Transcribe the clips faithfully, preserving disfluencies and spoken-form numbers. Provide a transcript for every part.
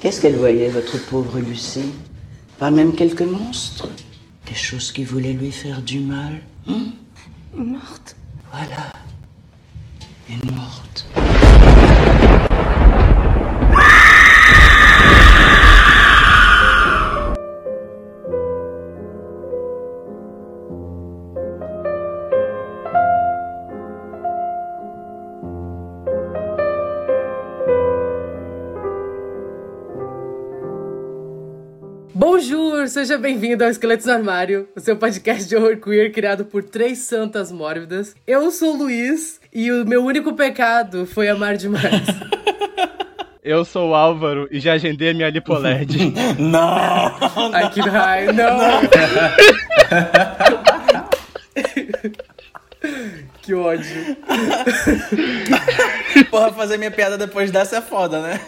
Qu'est-ce qu'elle voyait, votre pauvre Lucie? Pas même quelques monstres? Des choses qui voulaient lui faire du mal? Hum? Morte. Voilà. Une morte. Bonjour, seja bem-vindo ao Esqueletos no Armário, o seu podcast de horror queer criado por três santas mórbidas. Eu sou o Luiz e o meu único pecado foi amar demais. Eu sou o Álvaro e já agendei a minha lipoled. Não! Ai, que raio, não! Que ódio. Porra, fazer minha piada depois dessa é foda, né?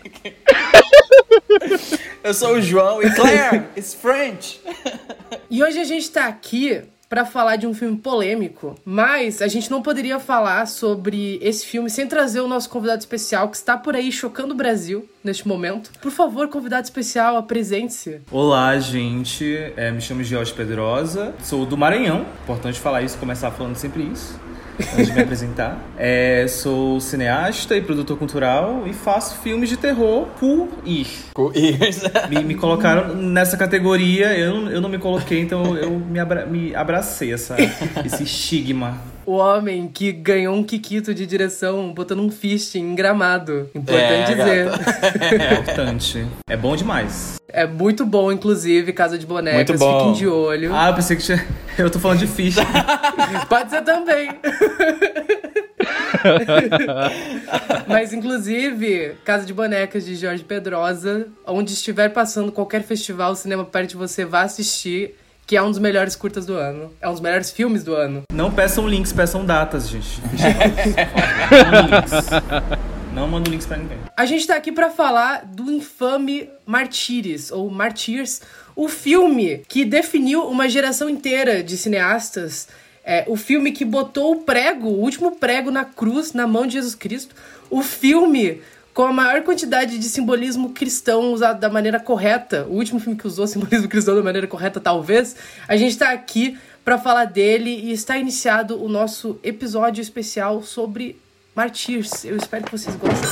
Eu sou o João e Claire, it's French. E hoje a gente tá aqui pra falar de um filme polêmico, mas a gente não poderia falar sobre esse filme sem trazer o nosso convidado especial que está por aí chocando o Brasil neste momento. Por favor, convidado especial, apresente-se. Olá, gente. É, me chamo Jorge Pedrosa, sou do Maranhão. Importante falar isso, começar falando sempre isso. Antes de me apresentar. É, sou cineasta e produtor cultural e faço filmes de terror por ir. Por ir. Me, me colocaram nessa categoria, eu, eu não me coloquei, então eu me, abra, me abracei essa, esse estigma. O homem que ganhou um Kikito de direção botando um fisting em Gramado. Importante é, dizer. É importante. É bom demais. É muito bom, inclusive, Casa de Bonecas. Muito bom. Fiquem de olho. Ah, eu pensei que tinha... Eu tô falando de fish. Pode ser também. Mas, inclusive, Casa de Bonecas de Jorge Pedrosa, onde estiver passando qualquer festival, cinema perto de você, vá assistir, que é um dos melhores curtas do ano. É um dos melhores filmes do ano. Não peçam links, peçam datas, gente. Não links. Não mando links pra ninguém. A gente tá aqui pra falar do infame Martyrs, ou Martyrs, o filme que definiu uma geração inteira de cineastas, é, o filme que botou o prego, o último prego na cruz, na mão de Jesus Cristo, o filme com a maior quantidade de simbolismo cristão usado da maneira correta, o último filme que usou simbolismo cristão da maneira correta, talvez. A gente tá aqui pra falar dele e está iniciado o nosso episódio especial sobre Martyrs. Eu espero que vocês gostem.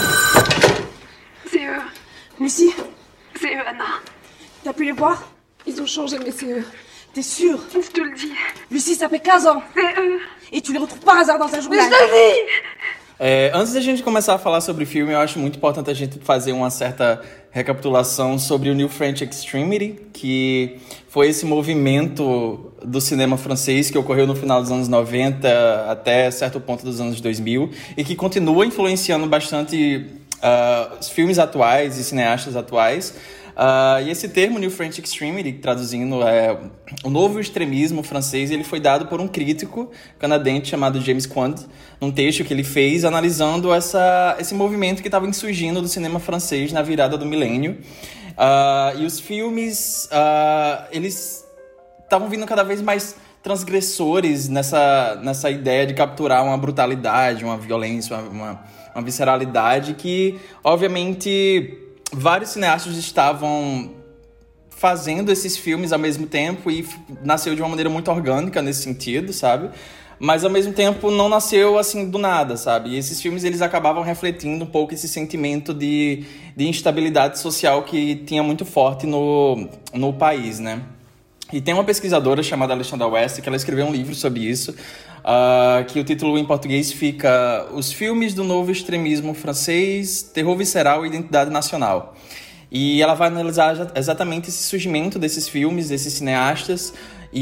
C'est eux. Lucie, C'est eux, Anna. t'as pu les voir? Ils ont changé, mais c'est eux. T'es sûre? Je te le dis. Lucie, ça fait quinze ans. C'est eux. Et tu les retrouves par hasard dans un journal. Mais je te le dis. É, antes da gente começar a falar sobre o filme, eu acho muito importante a gente fazer uma certa recapitulação sobre o New French Extremity, que foi esse movimento do cinema francês que ocorreu no final dos anos noventa até certo ponto dos anos dois mil e que continua influenciando bastante uh, os filmes atuais e cineastas atuais. Uh, e esse termo, New French Extremity, traduzindo, é o novo extremismo francês, ele foi dado por um crítico canadense chamado James Quand, num texto que ele fez analisando essa, esse movimento que estava surgindo do cinema francês na virada do milênio. Uh, e os filmes, uh, eles estavam vindo cada vez mais transgressores nessa, nessa ideia de capturar uma brutalidade, uma violência, uma, uma visceralidade que, obviamente, vários cineastas estavam fazendo esses filmes ao mesmo tempo e nasceu de uma maneira muito orgânica nesse sentido, sabe? Mas, ao mesmo tempo, não nasceu, assim, do nada, sabe? E esses filmes, eles acabavam refletindo um pouco esse sentimento de, de instabilidade social que tinha muito forte no, no país, né? E tem uma pesquisadora chamada Alexandra West que ela escreveu um livro sobre isso, uh, que o título em português fica Os Filmes do Novo Extremismo Francês, Terror Visceral e Identidade Nacional. E ela vai analisar exatamente esse surgimento desses filmes, desses cineastas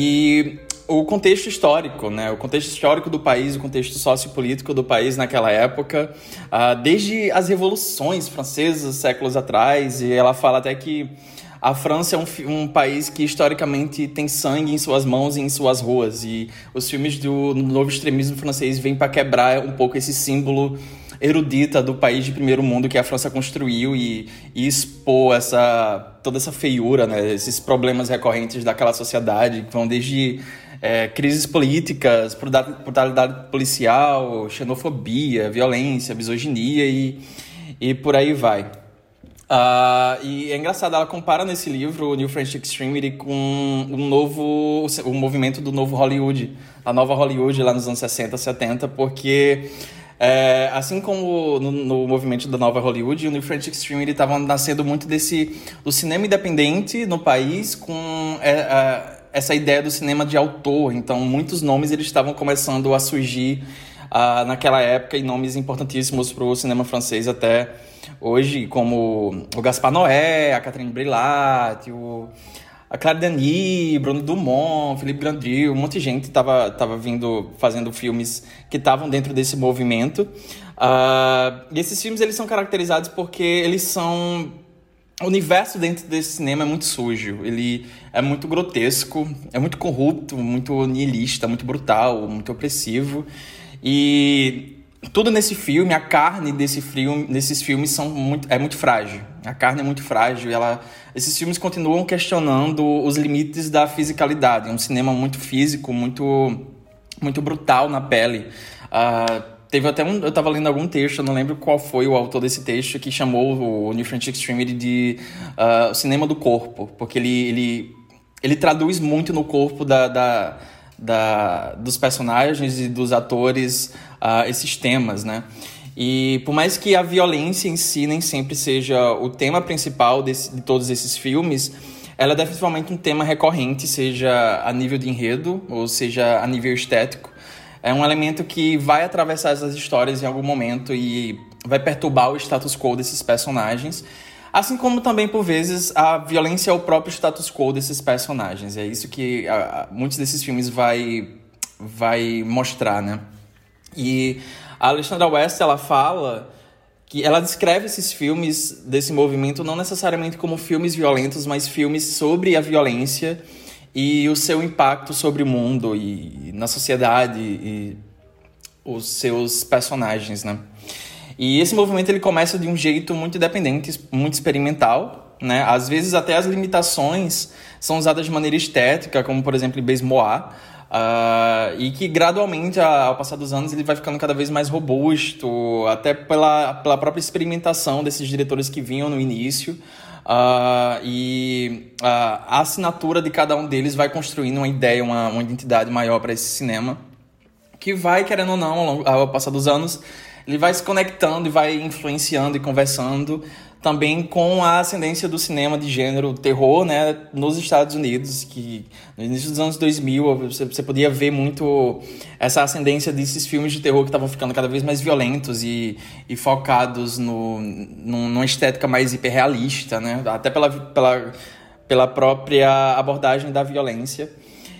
e o contexto histórico, né? O contexto histórico do país, o contexto sociopolítico do país naquela época, uh, desde as revoluções francesas, séculos atrás, e ela fala até que a França é um, um país que historicamente tem sangue em suas mãos e em suas ruas, e os filmes do novo extremismo francês vêm para quebrar um pouco esse símbolo erudita do país de primeiro mundo que a França construiu e, e expor essa, toda essa feiura, né, esses problemas recorrentes daquela sociedade, que vão desde é, crises políticas, brutalidade policial, xenofobia, violência, misoginia e, e por aí vai. Uh, e é engraçado, ela compara nesse livro o New French Extremity com um novo, o movimento do novo Hollywood, a nova Hollywood lá nos anos sessenta, setenta, porque é, assim como no, no movimento da nova Hollywood, o New French Extremity estava nascendo muito desse do cinema independente no país com é, é, essa ideia do cinema de autor. Então muitos nomes eles estavam começando a surgir uh, naquela época, e nomes importantíssimos para o cinema francês até hoje, como o Gaspar Noé, a Catherine Breillat, o, a Claire Denis, Bruno Dumont, Philippe Grandril, um monte de gente estava tava vindo, fazendo filmes que estavam dentro desse movimento. Uh, e esses filmes eles são caracterizados porque eles são... O universo dentro desse cinema é muito sujo, ele é muito grotesco, é muito corrupto, muito nihilista, muito brutal, muito opressivo. E... tudo nesse filme, a carne desse filme, desses filmes são muito, é muito frágil. A carne é muito frágil. Ela, esses filmes continuam questionando os limites da fisicalidade. É um cinema muito físico, muito, muito brutal na pele. Uh, teve até um, eu estava lendo algum texto, eu não lembro qual foi o autor desse texto, que chamou o New French Extremity de uh, cinema do corpo, porque ele, ele, ele traduz muito no corpo da... da Da, dos personagens e dos atores uh, esses temas, né? E por mais que a violência em si nem sempre seja o tema principal desse, de todos esses filmes, ela é definitivamente um tema recorrente, seja a nível de enredo ou seja a nível estético. É um elemento que vai atravessar essas histórias em algum momento e vai perturbar o status quo desses personagens. Assim como também, por vezes, a violência é o próprio status quo desses personagens. É isso que a, a, muitos desses filmes vai, vai mostrar, né? E a Alexandra West, ela fala que ela descreve esses filmes desse movimento não necessariamente como filmes violentos, mas filmes sobre a violência e o seu impacto sobre o mundo e, e na sociedade e os seus personagens, né? E esse movimento ele começa de um jeito muito independente, muito experimental, né? Às vezes até as limitações são usadas de maneira estética, como por exemplo em Besmois, uh, e que gradualmente, ao passar dos anos, ele vai ficando cada vez mais robusto, até pela, pela própria experimentação desses diretores que vinham no início. Uh, e uh, a assinatura de cada um deles vai construindo uma ideia, uma, uma identidade maior para esse cinema, que vai, querendo ou não, ao, ao passar dos anos, ele vai se conectando e vai influenciando e conversando também com a ascendência do cinema de gênero terror, né, nos Estados Unidos, que no início dos anos dois mil você, você podia ver muito essa ascendência desses filmes de terror que estavam ficando cada vez mais violentos e, e focados no, no, numa estética mais hiperrealista, né, até pela, pela, pela própria abordagem da violência.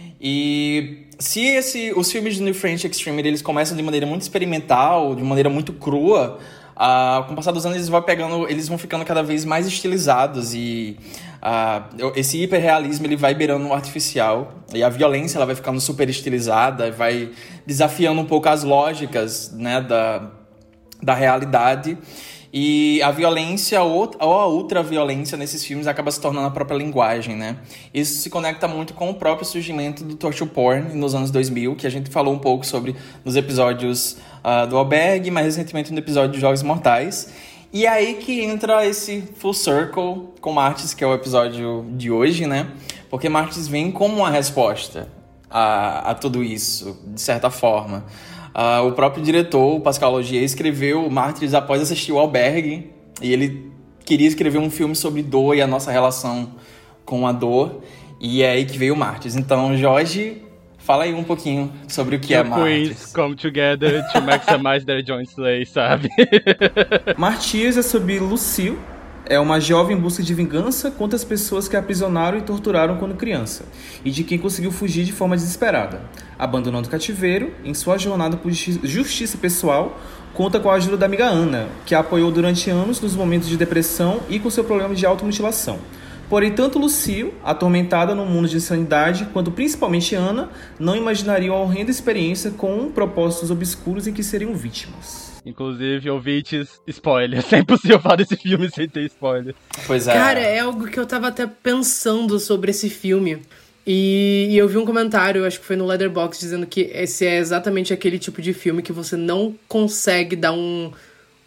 E se esse, os filmes de New French Extremity eles começam de maneira muito experimental, de maneira muito crua, uh, com o passar dos anos eles vão, pegando, eles vão ficando cada vez mais estilizados e uh, esse hiperrealismo ele vai beirando o artificial e a violência ela vai ficando super estilizada, vai desafiando um pouco as lógicas, né, da, da realidade. E a violência ou a ultraviolência nesses filmes acaba se tornando a própria linguagem, né? Isso se conecta muito com o próprio surgimento do torture porn nos anos dois mil, que a gente falou um pouco sobre nos episódios uh, do Albergue, mais recentemente no episódio de Jogos Mortais. E é aí que entra esse full circle com Martyrs, que é o episódio de hoje, né? Porque Martyrs vem como uma resposta a, a tudo isso, de certa forma. Uh, o próprio diretor, o Pascal Laugier, escreveu Martyrs após assistir o Albergue, e ele queria escrever um filme sobre dor e a nossa relação com a dor, e é aí que veio Martyrs. Então, Jorge, fala aí um pouquinho sobre o que é Martyrs. Queens come together to maximize their joint play, sabe? Martyrs é sobre Lucille, é uma jovem em busca de vingança contra as pessoas que a aprisionaram e torturaram quando criança, e de quem conseguiu fugir de forma desesperada. Abandonando o cativeiro, em sua jornada por justiça pessoal, conta com a ajuda da amiga Ana, que a apoiou durante anos nos momentos de depressão e com seu problema de automutilação. Porém, tanto Lucille, atormentada no mundo de insanidade, quanto principalmente Ana, não imaginariam a horrenda experiência com propósitos obscuros em que seriam vítimas. Inclusive, ouvintes, spoilers. É impossível falar desse filme sem ter spoiler. Pois é. Cara, é algo que eu tava até pensando sobre esse filme. E, e eu vi um comentário, acho que foi no Letterboxd, dizendo que esse é exatamente aquele tipo de filme que você não consegue dar um,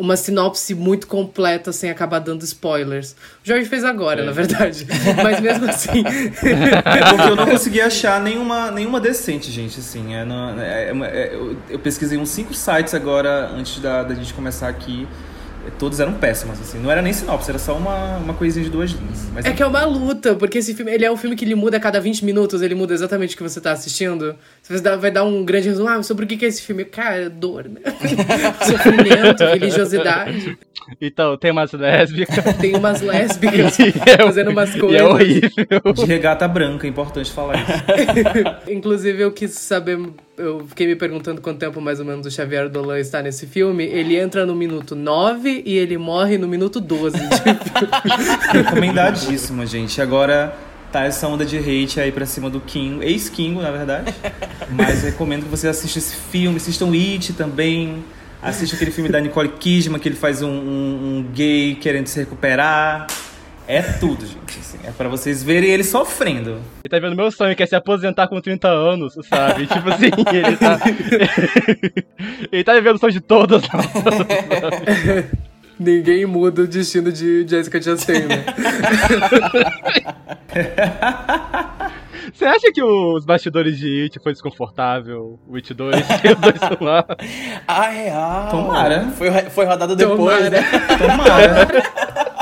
uma sinopse muito completa sem acabar dando spoilers. O Jorge fez agora, é. na verdade. Mas mesmo assim... É porque eu não consegui achar nenhuma, nenhuma decente, gente, assim. É, não, é, é, eu, eu pesquisei uns cinco sites agora, antes da, da gente começar aqui. Todos eram péssimos, assim. Não era nem sinopse, era só uma, uma coisinha de duas linhas. Mas é que é uma luta, porque esse filme, ele é um filme que ele muda a cada vinte minutos, ele muda exatamente o que você tá assistindo. Você vai dar, vai dar um grande resumo, ah, sobre o que é esse filme? Cara, dor, né? Sofrimento, religiosidade. Então, tem umas lésbicas. Tem umas lésbicas fazendo umas coisas. E é horrível. De regata branca, é importante falar isso. Inclusive, eu quis saber... Eu fiquei me perguntando quanto tempo, mais ou menos, o Xavier Dolan está nesse filme. Ele entra no minuto nove e ele morre no minuto doze. Recomendadíssimo, gente. Agora tá essa onda de hate aí pra cima do Kingo. Ex-Kingo, na verdade. Mas recomendo que você assista esse filme. Assistam It também. Assista aquele filme da Nicole Kidman, que ele faz um, um, um gay querendo se recuperar. É tudo, gente. Assim, é pra vocês verem ele sofrendo. Ele tá vendo meu sonho, que é se aposentar com trinta anos, sabe? Tipo assim, ele tá... ele tá vivendo o sonho de todas nós. Ninguém muda o destino de Jessica Chastain, né? Você acha que os bastidores de It foi desconfortável? O It dois, os dois estão lá. Ah, real. Tomara. Foi, foi rodado depois, Tomara. né? Tomara.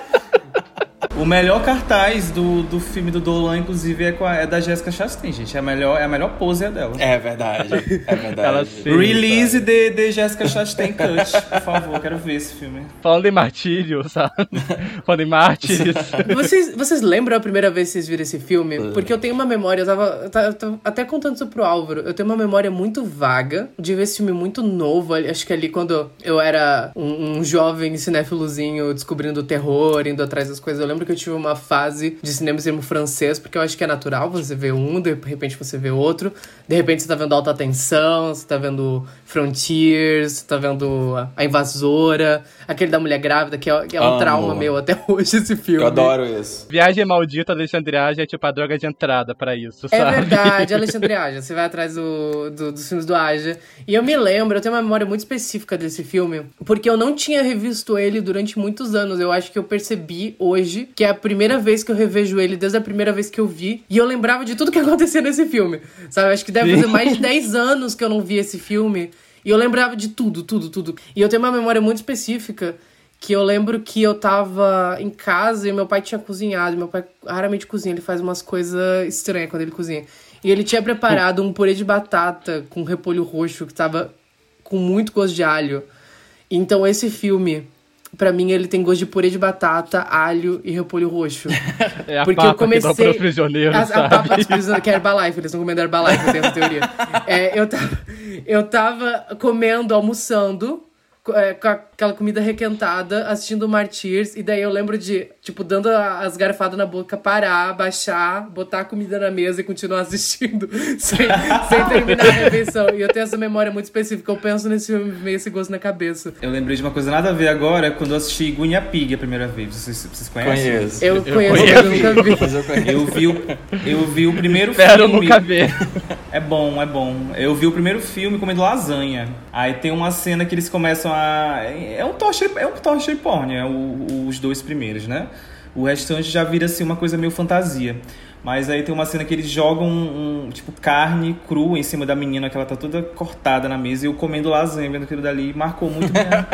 O melhor cartaz do, do filme do Dolan, inclusive, é, com a, é da Jessica Chastain, gente. É a melhor, é a melhor pose é dela. É verdade, é verdade. Ela sim, Release de, de Jessica Chastain Cut, por favor, quero ver esse filme. Falando em martírio, sabe? Falando em mártires. Vocês, vocês lembram a primeira vez que vocês viram esse filme? Porque eu tenho uma memória, eu tava, eu tava, eu tava até contando isso pro Álvaro, eu tenho uma memória muito vaga de ver esse filme muito novo. Acho que ali quando eu era um, um jovem cinéfilozinho descobrindo o terror, indo atrás das coisas, eu lembro que eu tive uma fase de cinema em francês, porque eu acho que é natural você ver um, de repente você vê outro, de repente você tá vendo Alta Tensão, você tá vendo Frontiers, você tá vendo A Invasora, aquele da mulher grávida, que é, que é um Amo. trauma meu até hoje, esse filme. Eu adoro isso. Viagem Maldita, Alexandre Aja é tipo a droga de entrada pra isso, sabe? É verdade, Alexandre Aja. Você vai atrás do, do, dos filmes do Aja. E eu me lembro, eu tenho uma memória muito específica desse filme, porque eu não tinha revisto ele durante muitos anos. Eu acho que eu percebi hoje que é a primeira vez que eu revejo ele, desde a primeira vez que eu vi. E eu lembrava de tudo que acontecia nesse filme, sabe? Eu acho que deve Sim. fazer mais de dez anos que eu não vi esse filme. E eu lembrava de tudo, tudo, tudo. E eu tenho uma memória muito específica, que eu lembro que eu tava em casa e meu pai tinha cozinhado. Meu pai raramente cozinha, ele faz umas coisas estranhas quando ele cozinha. E ele tinha preparado um purê de batata com repolho roxo que tava com muito gosto de alho. Então esse filme, pra mim, ele tem gosto de purê de batata, alho e repolho roxo. É a Porque papa eu comecei... que dá para os prisioneiros, a, sabe? a papa dos prisioneiros, que é Herbalife, eles estão comendo Herbalife, eu tenho essa teoria. É, eu, tava, eu tava comendo, almoçando, é, com aquela comida requentada, assistindo o Martyrs, e daí eu lembro de, tipo, dando as garfadas na boca, parar, baixar, botar a comida na mesa e continuar assistindo sem, sem terminar a refeição. E eu tenho essa memória muito específica, eu penso nesse filme, meio esse gosto na cabeça. Eu lembrei de uma coisa nada a ver agora, quando eu assisti Guinea Pig a primeira vez. Vocês, vocês conhecem? Conheço. Eu, Eu conheço, conheço. mas eu nunca vi. Mas eu conheço. Eu vi o, eu vi o primeiro Espero filme. nunca ver. É bom, é bom. Eu vi o primeiro filme comendo lasanha. Aí tem uma cena que eles começam a... É um torture, é um torture porn, é o, os dois primeiros, né? O restante já vira assim uma coisa meio fantasia. Mas aí tem uma cena que eles jogam um, um, tipo, carne crua em cima da menina, que ela tá toda cortada na mesa, e eu comendo lasanha, vendo aquilo dali, marcou muito minha,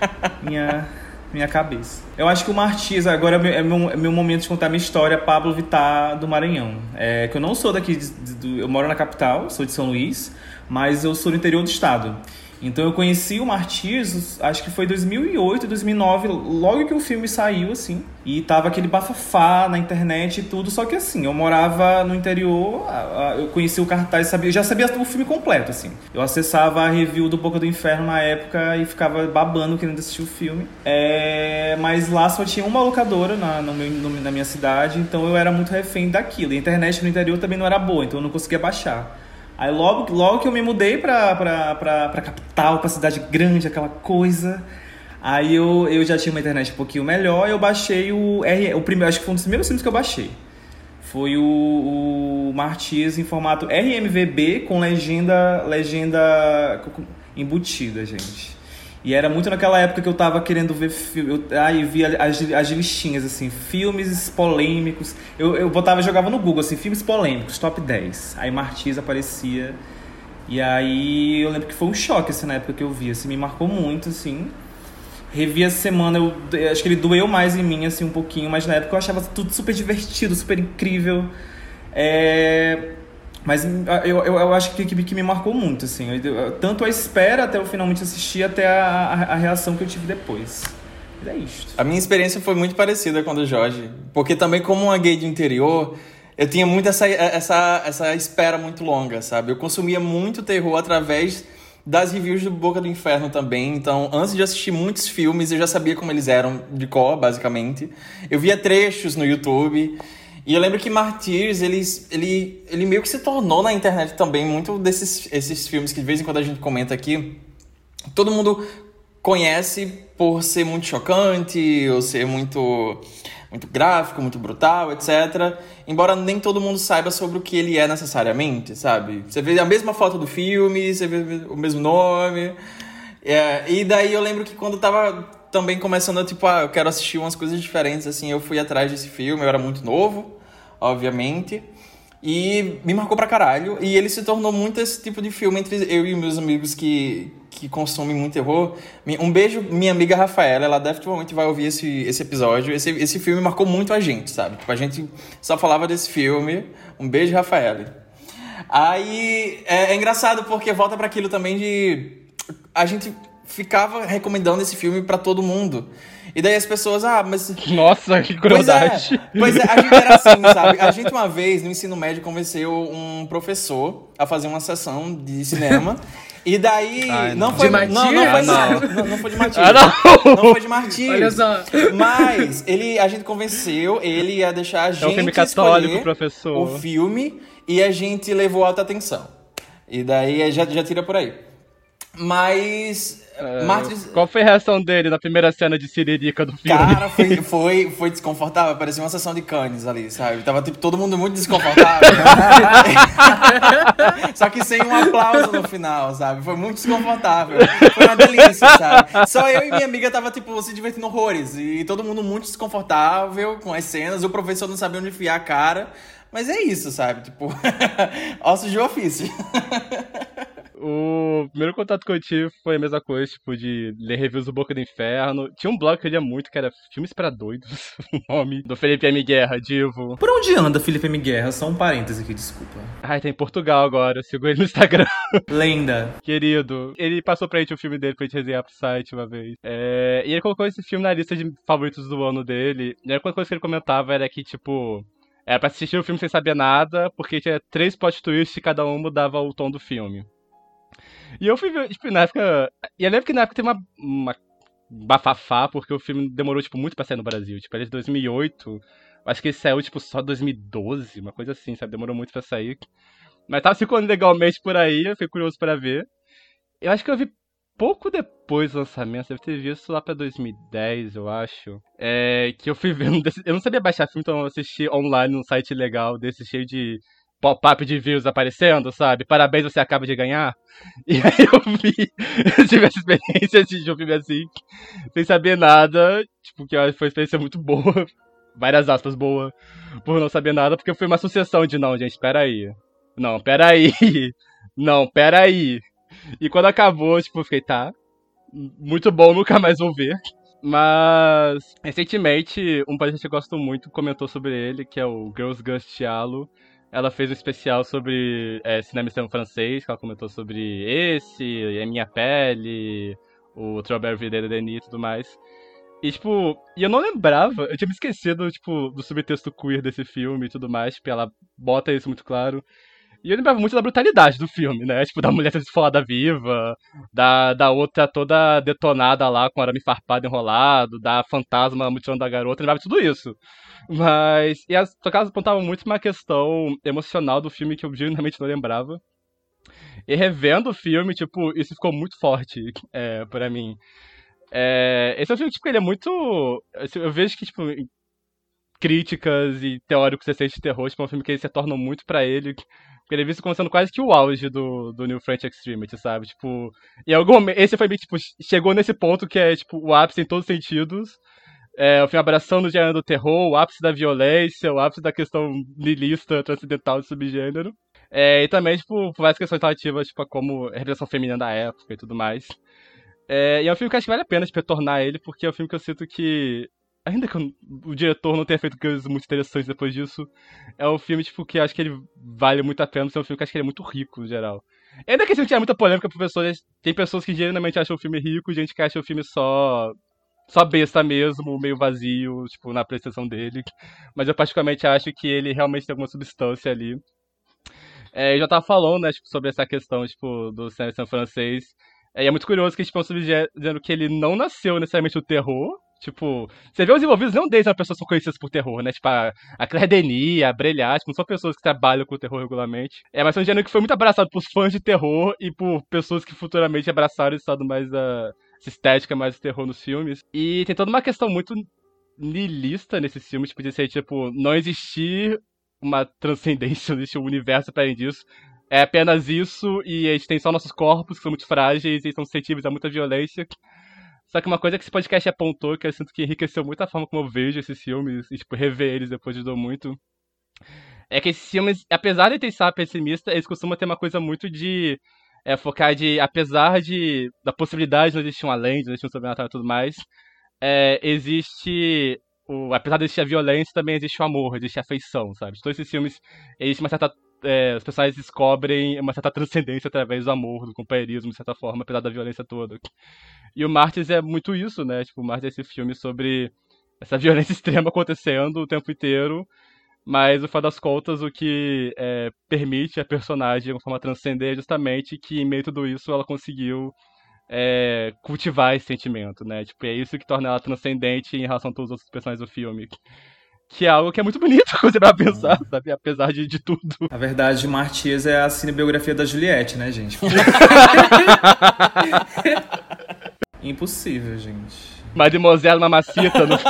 minha, minha cabeça. Eu acho que o Martyrs, agora é meu, é meu momento de contar minha história, Pablo Vittar do Maranhão. É, que eu não sou daqui, de, de, eu moro na capital, sou de São Luís, mas eu sou do interior do estado. Então eu conheci o Martyrs, acho que foi dois mil e oito, dois mil e nove, logo que o filme saiu, assim. E tava aquele bafafá na internet e tudo, só que assim, eu morava no interior, eu conheci o cartaz, sabia, eu já sabia o filme completo, assim. Eu acessava a review do Boca do Inferno na época e ficava babando querendo assistir o filme. É, mas lá só tinha uma locadora na, no meu, no, na minha cidade, então eu era muito refém daquilo. E a internet no interior também não era boa, então eu não conseguia baixar. Aí logo, logo que eu me mudei pra, pra, pra, pra capital, pra cidade grande, aquela coisa, aí eu, eu já tinha uma internet um pouquinho melhor, eu baixei o R... O primeiro, acho que foi um dos primeiros filmes que eu baixei. Foi o, o Martyrs em formato R M V B com legenda, legenda embutida, gente. E era muito naquela época que eu tava querendo ver filme. Eu, aí via as, as listinhas, assim, filmes polêmicos. Eu, eu botava, jogava no Google, assim, filmes polêmicos, top dez. Aí Martyrs aparecia. E aí eu lembro que foi um choque, assim, na época que eu vi, assim, me marcou muito, assim. Revi essa semana, eu, eu acho que ele doeu mais em mim, assim, um pouquinho, mas na época eu achava tudo super divertido, super incrível. É... Mas eu, eu, eu acho que, que, que me marcou muito, assim. Eu, tanto a espera até eu finalmente assistir, até a, a, a reação que eu tive depois. E é isto. A minha experiência foi muito parecida com a do Jorge. Porque também, como uma gay de interior, eu tinha muito essa, essa, essa espera muito longa, sabe? Eu consumia muito terror através das reviews do Boca do Inferno também. Então, antes de assistir muitos filmes, eu já sabia como eles eram de cor, basicamente. Eu via trechos no YouTube. E eu lembro que Martyrs, ele, ele, ele meio que se tornou na internet também muito desses esses filmes que de vez em quando a gente comenta aqui. Todo mundo conhece por ser muito chocante, ou ser muito, muito gráfico, muito brutal, etcétera. Embora nem todo mundo saiba sobre o que ele é necessariamente, sabe? Você vê a mesma foto do filme, você vê o mesmo nome. É, e daí eu lembro que quando eu tava também começando a, tipo, ah, eu quero assistir umas coisas diferentes, assim, eu fui atrás desse filme, eu era muito novo, obviamente, e me marcou pra caralho, e ele se tornou muito esse tipo de filme entre eu e meus amigos que, que consomem muito terror. Um beijo, minha amiga Rafaela, ela definitivamente vai ouvir esse, esse episódio. Esse, esse filme marcou muito a gente, sabe? Tipo, a gente só falava desse filme. Um beijo, Rafaela. Aí, é, é engraçado porque volta pra aquilo também de... A gente ficava recomendando esse filme pra todo mundo. E daí as pessoas, ah, mas... Nossa, que crueldade. Pois é, pois é, a gente era assim, sabe? A gente uma vez, no ensino médio, convenceu um professor a fazer uma sessão de cinema. E daí... Ai, não. não. foi... De Martyrs? Não, não foi, Ah, não. Não, não foi de Martyrs. Ah, não! Não foi de Martyrs. Olha só. Mas ele, a gente convenceu ele a deixar a gente É um filme católico, escolher professor. o filme, e a gente levou alta atenção. E daí já, já tira por aí. Mas... É, Martyrs... Qual foi a reação dele na primeira cena de Siririca do filme? Cara, foi, foi, foi desconfortável. Parecia uma sessão de Cannes ali, sabe? Tava tipo, todo mundo muito desconfortável. Só que sem um aplauso no final, sabe? Foi muito desconfortável. Foi uma delícia, sabe? Só eu e minha amiga tava, tipo, se divertindo horrores. E todo mundo muito desconfortável com as cenas. O professor não sabia onde enfiar a cara. Mas é isso, sabe? Tipo, ossos de ofício. O primeiro contato que eu tive foi a mesma coisa, tipo, de ler reviews do Boca do Inferno. Tinha um blog que eu lia muito, que era Filmes pra Doidos, o nome, do Felipe M. Guerra, divo. Por onde anda Felipe M. Guerra? Só um parêntese aqui, desculpa. Ai, tá em Portugal agora, eu sigo ele no Instagram. Lenda. Querido, ele passou pra gente o filme dele pra gente resenhar pro site uma vez. É... E ele colocou esse filme na lista de favoritos do ano dele. E a única coisa que ele comentava era que, tipo... Era pra assistir o filme sem saber nada, porque tinha três plot twists e cada um mudava o tom do filme. E eu fui ver, tipo, na época... E eu lembro que na época tem uma, uma bafafá, porque o filme demorou, tipo, muito pra sair no Brasil. Tipo, ele é de dois mil e oito, acho que ele saiu, tipo, só dois mil e doze, uma coisa assim, sabe? Demorou muito pra sair. Mas tava circulando legalmente por aí, eu fiquei curioso pra ver. Eu acho que eu vi pouco depois do lançamento, deve ter visto lá pra dois mil e dez, eu acho. É, que eu fui vendo... Eu não sabia baixar filme, então eu assisti online num site legal desse, cheio de... pop-up de views aparecendo, sabe? Parabéns, você acaba de ganhar. E aí eu vi, eu tive essa experiência de um filme assim, sem saber nada, tipo, que foi uma experiência muito boa, várias aspas, boa, por não saber nada, porque foi uma sucessão de não, gente, peraí, não, peraí, não, peraí. E quando acabou, tipo, eu fiquei, tá, muito bom, nunca mais vou ver. Mas, recentemente, um podcast que eu gosto muito comentou sobre ele, que é o Girls Gust Diallo. Ela fez um especial sobre é, cinema extremo francês, que ela comentou sobre esse, A Minha Pele, o Strawberry Vida Denis e tudo mais. E, tipo, e eu não lembrava, eu tinha me esquecido, tipo, do subtexto queer desse filme e tudo mais, tipo, ela bota isso muito claro. E eu lembrava muito da brutalidade do filme, né? Tipo, da mulher sendo esfolada viva, da, da outra toda detonada lá, com arame farpado enrolado, da fantasma mutilando a garota, eu lembrava de tudo isso. Mas... E as tocadas apontavam muito uma questão emocional do filme que eu genuinamente não lembrava. E revendo o filme, tipo, isso ficou muito forte é, pra mim. É, esse é um filme que, tipo, ele é muito... Eu vejo que, tipo, críticas e teóricos recentes de terror, tipo, é um filme que eles se tornam muito pra ele... Ele é visto como sendo quase que o auge do, do New French Extremity, sabe? Tipo, em algum momento, esse foi meio que, tipo, chegou nesse ponto que é, tipo, o ápice em todos os sentidos. É, o filme abraçando o gênero do terror, o ápice da violência, o ápice da questão niilista, transcendental de subgênero. É, e também, tipo, por várias questões relativas, tipo, a como a repressão feminina da época e tudo mais. É, e é um filme que acho que vale a pena, tipo, retornar ele, porque é um filme que eu sinto que, ainda que o, o diretor não tenha feito coisas muito interessantes depois disso, é um filme, tipo, que acho que ele vale muito a pena, é um filme que acho que ele é muito rico, no geral. Ainda que esse filme tinha muita polêmica por pessoas, tem pessoas que geralmente acham o filme rico, gente que acha o filme só... só besta mesmo, meio vazio, tipo, na apreciação dele. Mas eu particularmente acho que ele realmente tem alguma substância ali. É, eu já tava falando, né, tipo, sobre essa questão, tipo, do cinema francês. É, e é muito curioso que, tipo, é um subgênero que ele não nasceu necessariamente do terror. Tipo, você vê os envolvidos, não desde as pessoas que são conhecidas por terror, né? Tipo, a, a Claire Denis, a Breillat, tipo, não são pessoas que trabalham com o terror regularmente. É, mas é um gênero que foi muito abraçado por fãs de terror e por pessoas que futuramente abraçaram esse estado mais da... essa estética mais de terror nos filmes. E tem toda uma questão muito niilista nesses filmes, tipo, de ser, tipo, não existir uma transcendência, não existir um universo para além disso. É apenas isso, e a gente tem só nossos corpos, que são muito frágeis e são suscetíveis a muita violência. Só que uma coisa que esse podcast apontou, que eu sinto que enriqueceu muito a forma como eu vejo esses filmes, e, tipo, rever eles depois ajudou muito, é que esses filmes, apesar de ter estar pessimista, eles costumam ter uma coisa muito de é, focar de, apesar de da possibilidade de não existir um além, de não existir um sobrenatural e tudo mais, é, existe, o, apesar de existir a violência, também existe o amor, existe a afeição, sabe? Todos esses filmes, existe uma certa, é, os personagens descobrem uma certa transcendência através do amor, do companheirismo, de certa forma, apesar da violência toda. E o Martyrs é muito isso, né? Tipo, o Martyrs é esse filme sobre essa violência extrema acontecendo o tempo inteiro, mas, no final das contas, o que é, permite a personagem, de alguma forma, transcender é justamente que, em meio a tudo isso, ela conseguiu é, cultivar esse sentimento, né? Tipo, é isso que torna ela transcendente em relação a todos os outros personagens do filme. Que é algo que é muito bonito, quando você vai pensar, sabe? Apesar de, de tudo. A verdade, Martyrs é a cinebiografia da Juliette, né, gente? Impossível, gente. Mademoiselle Mamacita. No...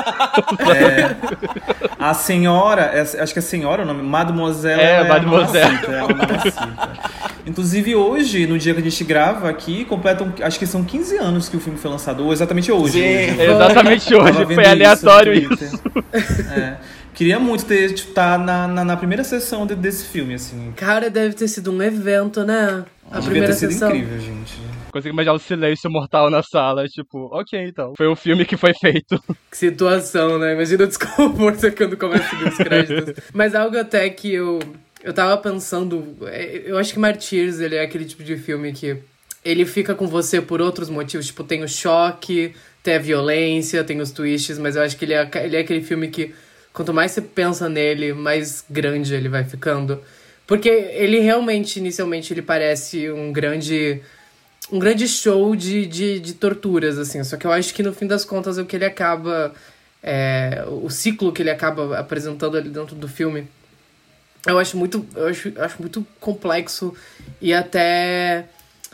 é, a senhora, é, acho que é senhora o nome, Mademoiselle é, é Mademoiselle. Mamacita, é a Mamacita. Inclusive hoje, no dia que a gente grava aqui, completam, acho que são quinze anos que o filme foi lançado, ou exatamente hoje. Sim, hoje. Exatamente hoje, foi aleatório isso. isso. É. Queria muito ter, tipo, tá na, na, na primeira sessão de, desse filme, assim. Cara, deve ter sido um evento, né? A Devia primeira ter sido sessão. incrível, gente. Consigo imaginar o silêncio mortal na sala, tipo, ok, então. Foi o filme que foi feito. Que situação, né? Imagina o desconforto quando começa a subir os créditos. Mas algo até que eu, eu tava pensando... Eu acho que Martyrs, ele é aquele tipo de filme que... Ele fica com você por outros motivos. Tipo, tem o choque, tem a violência, tem os twists. Mas eu acho que ele é, ele é aquele filme que... Quanto mais você pensa nele, mais grande ele vai ficando. Porque ele realmente, inicialmente, ele parece um grande... Um grande show de, de, de torturas, assim. Só que eu acho que, no fim das contas, o que ele acaba... É, o ciclo que ele acaba apresentando ali dentro do filme... Eu acho muito, eu acho, eu acho muito complexo e até...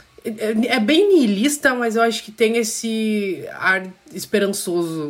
É, é bem nihilista, mas eu acho que tem esse ar esperançoso...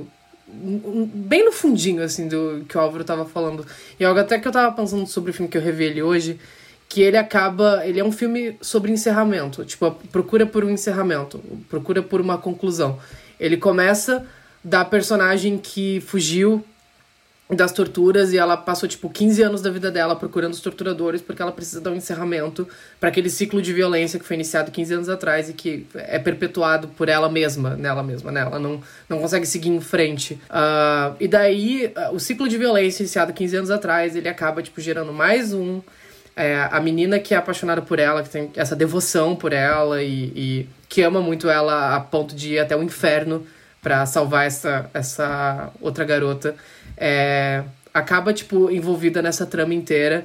Bem no fundinho, assim, do que o Álvaro tava falando. E algo até que eu tava pensando sobre o filme que eu revi ele hoje... Que ele acaba... Ele é um filme sobre encerramento. Tipo, procura por um encerramento. Procura por uma conclusão. Ele começa da personagem que fugiu das torturas e ela passou, tipo, quinze anos da vida dela procurando os torturadores porque ela precisa dar um encerramento para aquele ciclo de violência que foi iniciado quinze anos atrás e que é perpetuado por ela mesma, nela mesma, né? Ela não, não consegue seguir em frente. Uh, e daí, uh, o ciclo de violência iniciado quinze anos atrás, ele acaba, tipo, gerando mais um... É, a menina que é apaixonada por ela, que tem essa devoção por ela e, e que ama muito ela a ponto de ir até o inferno pra salvar essa, essa outra garota, é, acaba, tipo, envolvida nessa trama inteira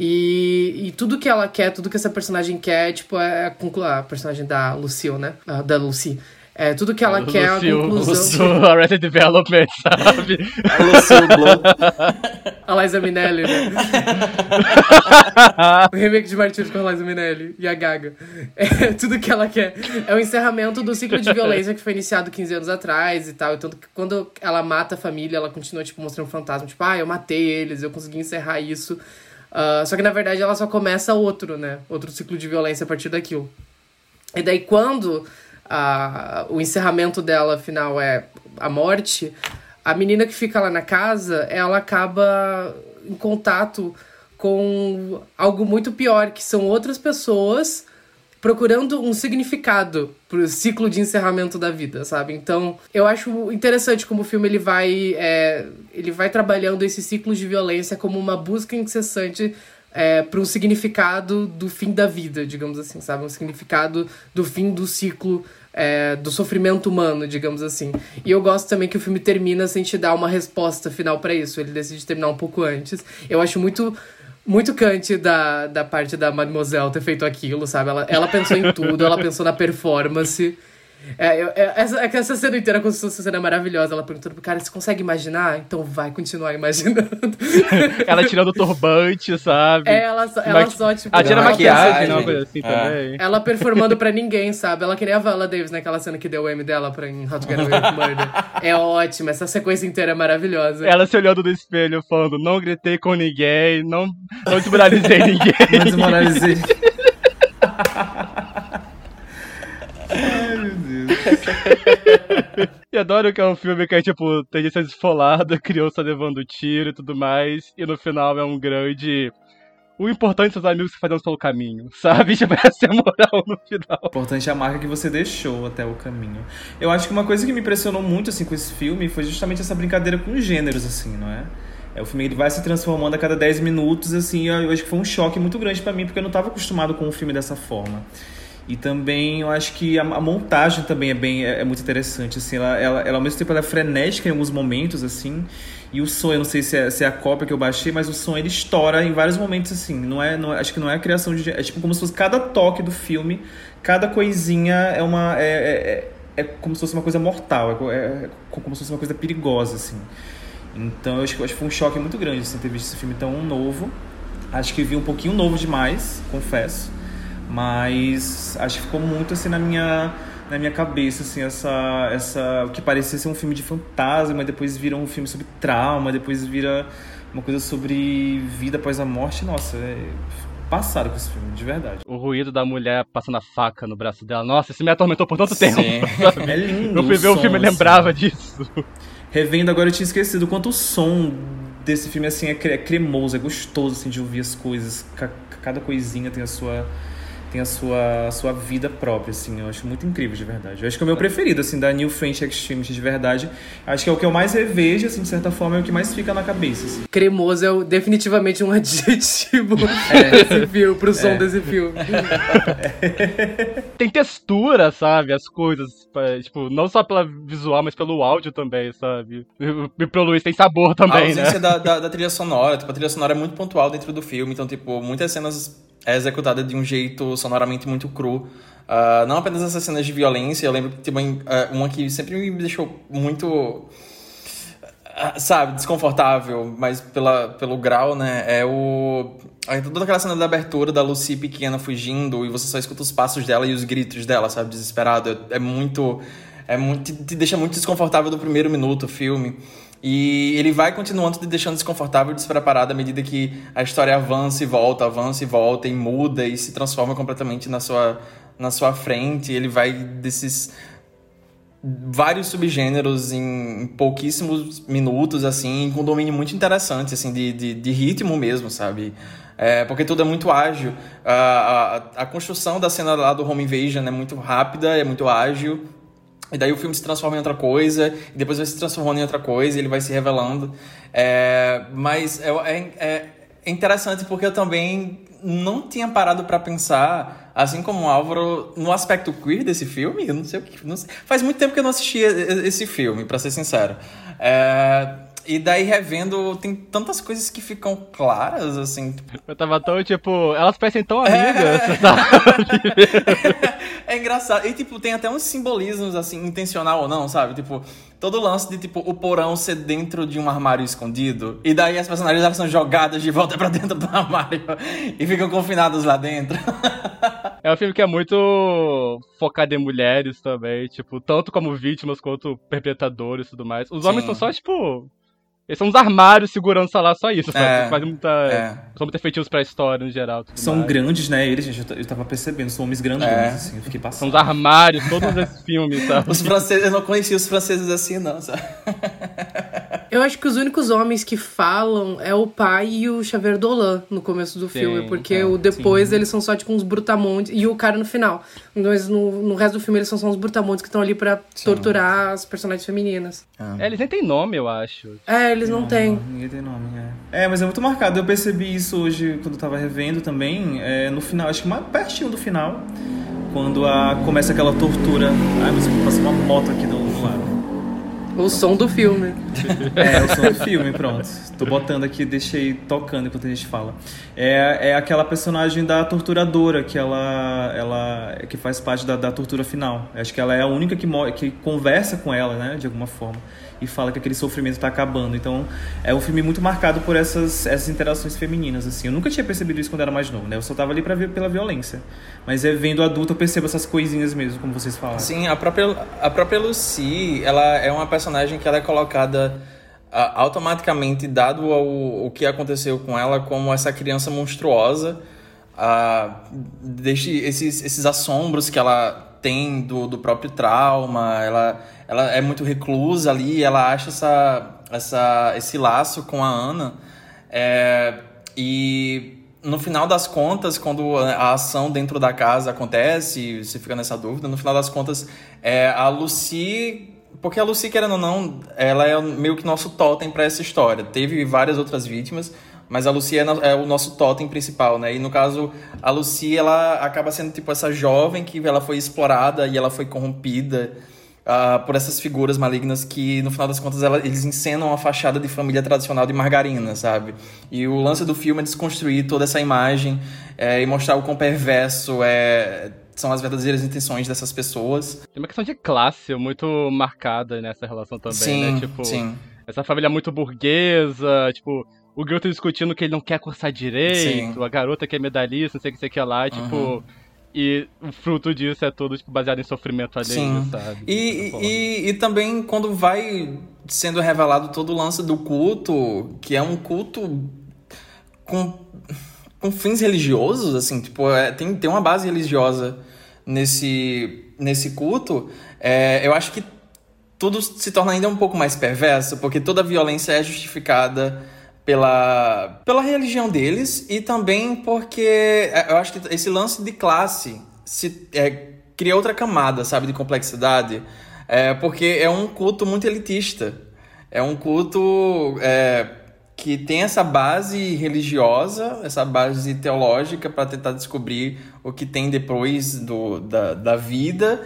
e, e tudo que ela quer, tudo que essa personagem quer, tipo, é concluir. A personagem da Lucille, né? Ah, da Lucy. É, tudo que ela quer é a conclusão. O Arrested Development, sabe? A Lucille Blow. A Liza Minnelli, né? O remake de Martyrs com a Liza Minnelli e a Gaga. É, tudo que ela quer é o encerramento do ciclo de violência que foi iniciado quinze anos atrás e tal. Então, quando ela mata a família, ela continua, tipo, mostrando um fantasma. Tipo, ah, eu matei eles, eu consegui encerrar isso. Uh, só que, na verdade, ela só começa outro, né? Outro ciclo de violência a partir daquilo. E daí, quando uh, o encerramento dela, final, é a morte, a menina que fica lá na casa, ela acaba em contato com algo muito pior, que são outras pessoas procurando um significado pro ciclo de encerramento da vida, sabe? Então, eu acho interessante como o filme ele vai, é, ele vai trabalhando esses ciclos de violência como uma busca incessante é, para um significado do fim da vida, digamos assim, sabe? Um significado do fim do ciclo é, do sofrimento humano, digamos assim. E eu gosto também que o filme termina sem te dar uma resposta final para isso. Ele decide terminar um pouco antes. Eu acho muito... Muito Kant da, da parte da Mademoiselle ter feito aquilo, sabe? Ela, ela pensou em tudo, ela pensou na performance. É, é, essa, essa cena inteira, como se fosse uma cena maravilhosa. Ela perguntou pro cara, você consegue imaginar? Então vai continuar imaginando. Ela tirando o turbante, sabe? É, ela, só- ela só, tipo... Ah, tira ela maquiagem, maquiagem. uma coisa assim É. também. Ela performando pra ninguém, sabe? Ela que nem a Viola Davis naquela cena que deu o M dela pra em How to Get Away with Murder. É ótima, essa sequência inteira é maravilhosa. Ela se olhando no espelho, falando, não gritei com ninguém, não, não desmoralizei ninguém. Não desmoralizei. Ai, meu Deus. E adoro que é um filme que é, tipo, tendência desfolada, criança levando tiro e tudo mais, e no final é um grande... O importante são os amigos que fazemos pelo caminho, sabe? Tipo, essa é a moral no final. Importante é a marca que você deixou até o caminho. Eu acho que uma coisa que me impressionou muito, assim, com esse filme foi justamente essa brincadeira com os gêneros, assim, não é? É, o filme ele vai se transformando a cada dez minutos, assim, eu acho que foi um choque muito grande pra mim, porque eu não estava acostumado com um filme dessa forma. E também eu acho que a, a montagem também é bem é, é muito interessante, assim, ela, ela, ela ao mesmo tempo ela é frenética em alguns momentos, assim, e o som, eu não sei se é, se é a cópia que eu baixei, mas o som ele estoura em vários momentos, assim, não é, não, acho que não é a criação de... É tipo como se fosse cada toque do filme, cada coisinha é uma... É, é, é como se fosse uma coisa mortal, é, é como se fosse uma coisa perigosa, assim. Então eu acho, eu acho que foi um choque muito grande, assim, ter visto esse filme tão novo. Acho que vi um pouquinho novo demais, confesso. Mas acho que ficou muito assim na minha, na minha cabeça, assim, essa, essa, o que parecia ser um filme de fantasma, depois vira um filme sobre trauma, depois vira uma coisa sobre vida após a morte. Nossa, é passado com esse filme, de verdade. O ruído da mulher passando a faca no braço dela. Nossa, isso me atormentou por tanto tempo. Sim. Sabe? É lindo. Eu fui ver o som, filme e assim. lembrava disso. Revendo agora eu tinha esquecido o quanto o som desse filme assim, é cre- é cremoso, é gostoso assim, de ouvir as coisas. Ca- Cada coisinha tem a sua... tem a sua, a sua vida própria, assim, eu acho muito incrível, de verdade. Eu acho que é o meu preferido, assim, da New French Extremity, de verdade. Acho que é o que eu mais revejo, assim, de certa forma, é o que mais fica na cabeça, assim. Cremoso é o- definitivamente um adjetivo desse filme, pro som desse filme. Tem textura, sabe? As coisas, pa- tipo, não só pela visual, mas pelo áudio também, sabe? E pro Luiz tem sabor A também, ausência né? da, da, da trilha sonora, tipo, a trilha sonora é muito pontual dentro do filme, então, tipo, muitas cenas é executada de um jeito sonoramente muito cru. Uh, não apenas essas cenas de violência, eu lembro que tem uma, uh, uma que sempre me deixou muito, uh, sabe, desconfortável, mas pela, pelo grau, né, é o... Toda aquela cena da abertura da Lucy pequena fugindo e você só escuta os passos dela e os gritos dela, sabe, desesperado. É, é muito... É muito te, te deixa muito desconfortável do primeiro minuto o filme. E ele vai continuando te deixando desconfortável e despreparado à medida que a história avança e volta, avança e volta e muda e se transforma completamente na sua, na sua frente. Ele vai desses vários subgêneros em pouquíssimos minutos, assim, com um domínio muito interessante, assim, de, de, de ritmo mesmo, sabe? É, porque tudo é muito ágil. A, a, a construção da cena lá do Home Invasion é muito rápida, é muito ágil. E daí o filme se transforma em outra coisa, e depois vai se transformando em outra coisa, e ele vai se revelando. É, mas é, é, é interessante porque eu também não tinha parado pra pensar, assim como o Álvaro, no aspecto queer desse filme. Eu não sei o que... Não sei, faz muito tempo que eu não assistia esse filme, pra ser sincero. É... E daí, revendo, tem tantas coisas que ficam claras, assim. Eu tava tão, tipo, elas parecem tão amigas, é... sabe? É engraçado. E, tipo, tem até uns simbolismos, assim, intencional ou não, sabe? Tipo, todo o lance de, tipo, o porão ser dentro de um armário escondido. E daí as personagens elas são jogadas de volta pra dentro do armário e ficam confinadas lá dentro. É um filme que é muito focado em mulheres também, tipo, tanto como vítimas quanto perpetradores e tudo mais. Os homens Sim. são só, tipo... Eles são uns armários segurando, sei lá, só isso, sabe? É, Eles fazem muita... é. São muito efetivos pra história, no geral. tudo São mais. grandes, né? Eles, gente, eu t- eu tava percebendo, são homens grandes, É. assim, eu fiquei São passando. uns armários, todos esses filmes, sabe? Os franceses, eu não conhecia os franceses assim, não, sabe? Eu acho que os únicos homens que falam é o pai e o Xavier Dolan no começo do Sim, filme, porque é, o depois sim. eles são só tipo uns brutamontes e o cara no final. Mas no, no resto do filme eles são só uns brutamontes que estão ali pra torturar as personagens femininas. É, eles nem têm nome, eu acho. É, eles não, têm. Ninguém tem nome, é. É, mas é muito marcado. Eu percebi isso hoje, quando eu tava revendo também, é, no final, acho que mais pertinho do final, quando a, começa aquela tortura. Ai, mas passou uma moto aqui do, do lado. O som do filme. É, o som do filme, pronto. Tô botando aqui, deixei tocando enquanto a gente fala. É, é aquela personagem da torturadora, que ela, ela que faz parte da, da tortura final. Acho que ela é a única que, mo- que conversa com ela, né, de alguma forma. E fala que aquele sofrimento tá acabando. Então, é um filme muito marcado por essas, essas interações femininas, assim. Eu nunca tinha percebido isso quando era mais novo, né? Eu só tava ali pra ver pela violência. Mas é vendo adulto, eu percebo essas coisinhas mesmo, como vocês falaram. Sim, a própria, a própria Lucy, ela é uma personagem que ela é colocada ah, automaticamente, dado ao, o que aconteceu com ela, como essa criança monstruosa. Ah, deixe esses, esses assombros que ela tem do, do próprio trauma, ela, ela é muito reclusa ali, ela acha essa, essa, esse laço com a Ana. É, e no final das contas, quando a ação dentro da casa acontece, você fica nessa dúvida, no final das contas, é, a Lucy... Porque a Lucy, querendo ou não, ela é meio que nosso totem para essa história. Teve várias outras vítimas, mas a Lucy é, no, é o nosso totem principal, né? E no caso, a Lucy, ela acaba sendo tipo essa jovem que ela foi explorada e ela foi corrompida uh, por essas figuras malignas que, no final das contas, ela, eles encenam a fachada de família tradicional de margarina, sabe? E o lance do filme é desconstruir toda essa imagem é, e mostrar o quão perverso é... são as verdadeiras intenções dessas pessoas. Tem uma questão de classe muito marcada nessa relação também, sim, né? Tipo, sim. essa família muito burguesa, tipo, o garoto discutindo que ele não quer cursar direito, Sim. a garota que é medalhista, não sei o que, sei o que lá, tipo... Uhum. E o fruto disso é tudo tipo, baseado em sofrimento alheio, Sim. sabe? E, e, e também quando vai sendo revelado todo o lance do culto, que é um culto com, com fins religiosos, assim, tipo, é, tem, tem uma base religiosa nesse, nesse culto, é, eu acho que tudo se torna ainda um pouco mais perverso, porque toda a violência é justificada pela, pela religião deles e também porque eu acho que esse lance de classe se, é, cria outra camada, sabe, de complexidade, é, porque é um culto muito elitista, é um culto é, que tem essa base religiosa, essa base teológica para tentar descobrir o que tem depois do, da, da vida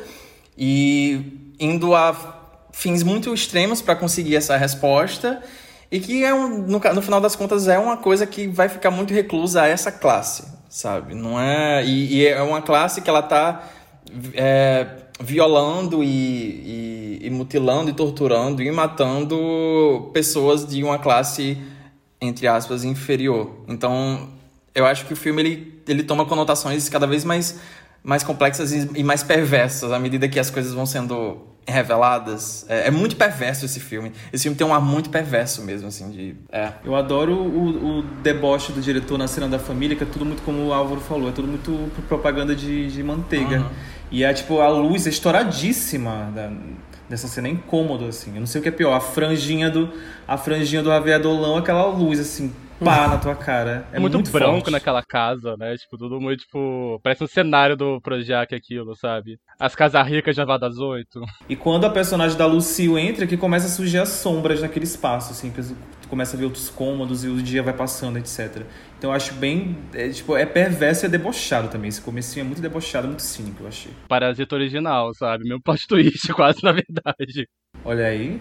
e indo a fins muito extremos para conseguir essa resposta e que é um, no, no final das contas é uma coisa que vai ficar muito reclusa a essa classe, sabe? Não é, e, e é uma classe que ela está é, violando e, e, e mutilando e torturando e matando pessoas de uma classe, entre aspas, inferior. Então, eu acho que o filme ele, ele toma conotações cada vez mais, mais complexas e, e mais perversas à medida que as coisas vão sendo reveladas. É, é muito perverso esse filme. Esse filme tem um ar muito perverso mesmo, assim, de... É. Eu adoro o, o deboche do diretor na cena da família, que é tudo muito, como o Álvaro falou, é tudo muito propaganda de, de manteiga. Uhum. E é, tipo, a luz é estouradíssima da, dessa cena, é incômodo, assim. Eu não sei o que é pior, a franjinha do, a franjinha do Javier Dolan, aquela luz, assim, pá, na tua cara. É, É muito, muito branco forte. naquela casa, né? Tipo, tudo muito, tipo... Parece um cenário do Projac aquilo, sabe? As casas ricas de Nova das Oito. E quando a personagem da Lucille entra, que começa a surgir as sombras naquele espaço, assim, que tu começa a ver outros cômodos e o dia vai passando, etcétera. Então eu acho bem... É, tipo, é perverso e é debochado também. Esse comecinho é muito debochado, muito cínico, eu achei. Parasita original, sabe? Meu plot twist, quase, na verdade. Olha aí.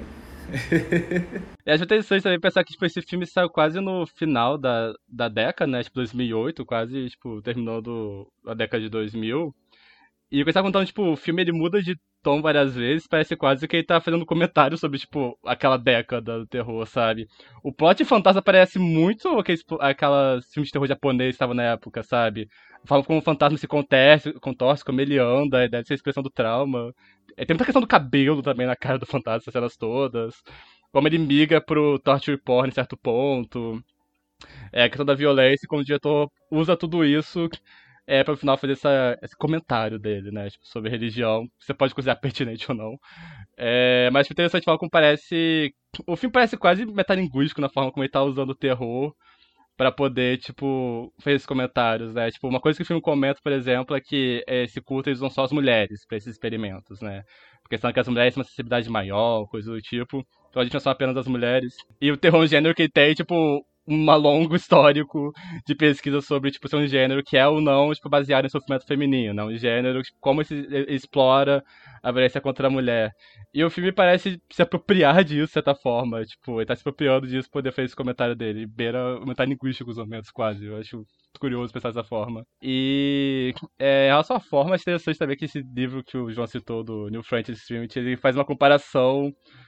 E acho interessante também pensar que, tipo, esse filme saiu quase no final da, da década, né? Tipo, dois mil e oito, quase, tipo, terminando a década de dois mil. E o que eu tava contando, tipo, o filme ele muda de tom várias vezes, parece quase que ele tá fazendo comentário sobre, tipo, aquela década do terror, sabe? O plot fantasma parece muito aqueles, aquelas filmes de terror japonês que estavam na época, sabe? A forma como o fantasma se contorce, contorce como ele anda, deve ser a expressão do trauma. Tem muita questão do cabelo também na cara do fantasma, essas cenas todas. como ele migra pro torture porn em certo ponto, é, a questão da violência, como o diretor usa tudo isso é, para no final fazer essa, esse comentário dele, né, tipo, sobre religião, você pode considerar pertinente ou não. É, mas é interessante falar como parece... O filme parece quase metalinguístico na forma como ele tá usando o terror pra poder, tipo, fazer esses comentários, né? Tipo, uma coisa que o filme comenta, por exemplo, é que esse culto eles usam só as mulheres pra esses experimentos, né? Porque são que as mulheres têm uma sensibilidade maior, coisa do tipo. Então a gente não são apenas as mulheres. E o terror é um gênero que tem, tipo, um longo histórico de pesquisa sobre, tipo, ser um gênero que é ou não, tipo, baseado em sofrimento feminino, né? Um gênero, tipo, como se explora a violência contra a mulher. E o filme parece se apropriar disso, de certa forma. Tipo, ele tá se apropriando disso pra poder fazer esse comentário dele. Beira o metalinguístico os momentos, quase. Eu acho curioso pensar dessa forma. E é, em relação à forma, é interessante também que esse livro que o João citou, do Neil Francis Street, ele faz uma comparação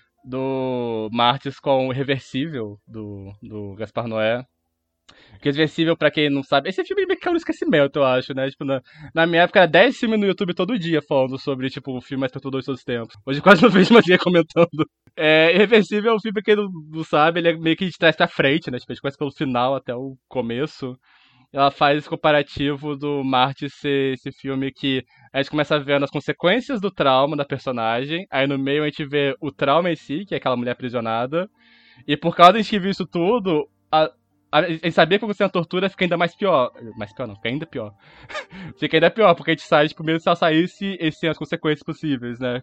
do Martyrs com o Irreversível, do, do Gaspar Noé. Que Irreversível, pra quem não sabe, esse filme meio que caiu no esquecimento, eu acho, né? Tipo, na, na minha época era dez filmes no YouTube todo dia falando sobre, tipo, o filme mais perturbador de todos os tempos. Hoje quase não vejo mais ninguém comentando. É, Irreversível é um filme, pra quem não, não sabe, ele é meio que de trás pra frente, né? Tipo, a gente começa pelo final até o começo. Ela faz esse comparativo do Marty ser esse filme que a gente começa vendo as consequências do trauma da personagem, aí no meio a gente vê o trauma em si, que é aquela mulher aprisionada, e por causa de a gente viu isso tudo, a, a, a gente sabia que a tortura fica ainda mais pior. Mais pior não, fica ainda pior. Fica ainda pior, porque a gente sai, tipo, mesmo se ela saísse, e sem as consequências possíveis, né?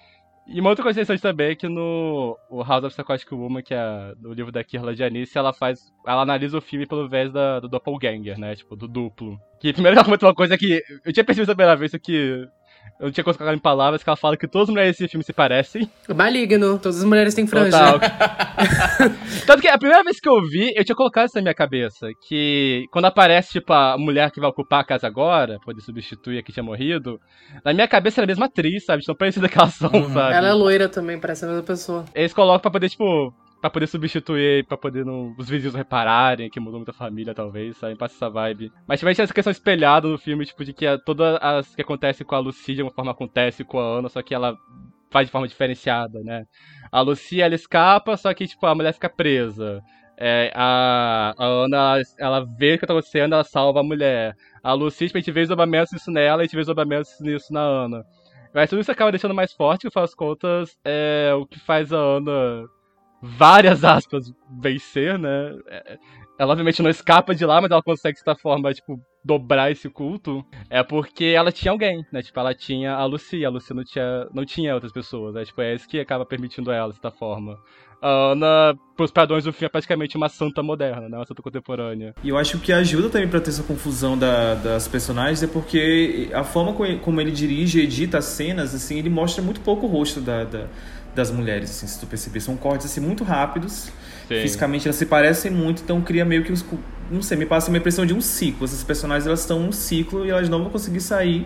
E uma outra coisa interessante também é que no o House of Psychotic Woman, que é do livro da Kirla Janice, ela faz. Ela analisa o filme pelo viés da, do doppelganger, né? Tipo, do duplo. Que primeiro ela comenta uma coisa que. Eu tinha percebido a primeira vez isso que. Eu não tinha conseguido colocar em palavras, que ela fala que todas as mulheres desse filme se parecem. Maligno, todas as mulheres têm franja. Total. Tanto que a primeira vez que eu vi, eu tinha colocado isso na minha cabeça. Que quando aparece, tipo, a mulher que vai ocupar a casa agora, poder substituir a que tinha morrido, na minha cabeça era a mesma atriz, sabe? Tão parecida que elas são, uhum. Sabe? Ela é loira também, parece a mesma pessoa. Eles colocam pra poder, tipo... Pra poder substituir, pra poder não, os vizinhos repararem que mudou muita família, talvez, sabe? Passa essa vibe. Mas também tinha essa questão espelhada no filme, tipo, de que a, todas as que acontece com a Lucy de uma forma acontece com a Ana, só que ela faz de forma diferenciada, né? A Lucy, ela escapa, só que, tipo, a mulher fica presa. É, a, a Ana, ela, ela vê o que tá acontecendo, ela salva a mulher. A Lucy, tipo, a gente vê desdobramentos nisso nela e a gente vê desdobramentos nisso na Ana. Mas tudo isso acaba deixando mais forte, que, no final das contas, é o que faz a Ana... várias aspas, vencer, né? Ela obviamente não escapa de lá, mas ela consegue, de certa forma, tipo, dobrar esse culto. É porque ela tinha alguém, né? Tipo, ela tinha a Lucy, a Lucy não tinha, não tinha outras pessoas, né? Tipo, é isso que acaba permitindo ela, de certa forma. A Ana, pros padrões do filme, é praticamente uma santa moderna, né? Uma santa contemporânea. E eu acho que ajuda também pra ter essa confusão da, das personagens é porque a forma como ele dirige e edita as cenas, assim, ele mostra muito pouco o rosto da... da... das mulheres, assim, se tu perceber. São cortes, assim, muito rápidos. Sim. Fisicamente elas se parecem muito, então cria meio que, não sei, me passa uma impressão de um ciclo. Essas personagens, elas estão num ciclo e elas não vão conseguir sair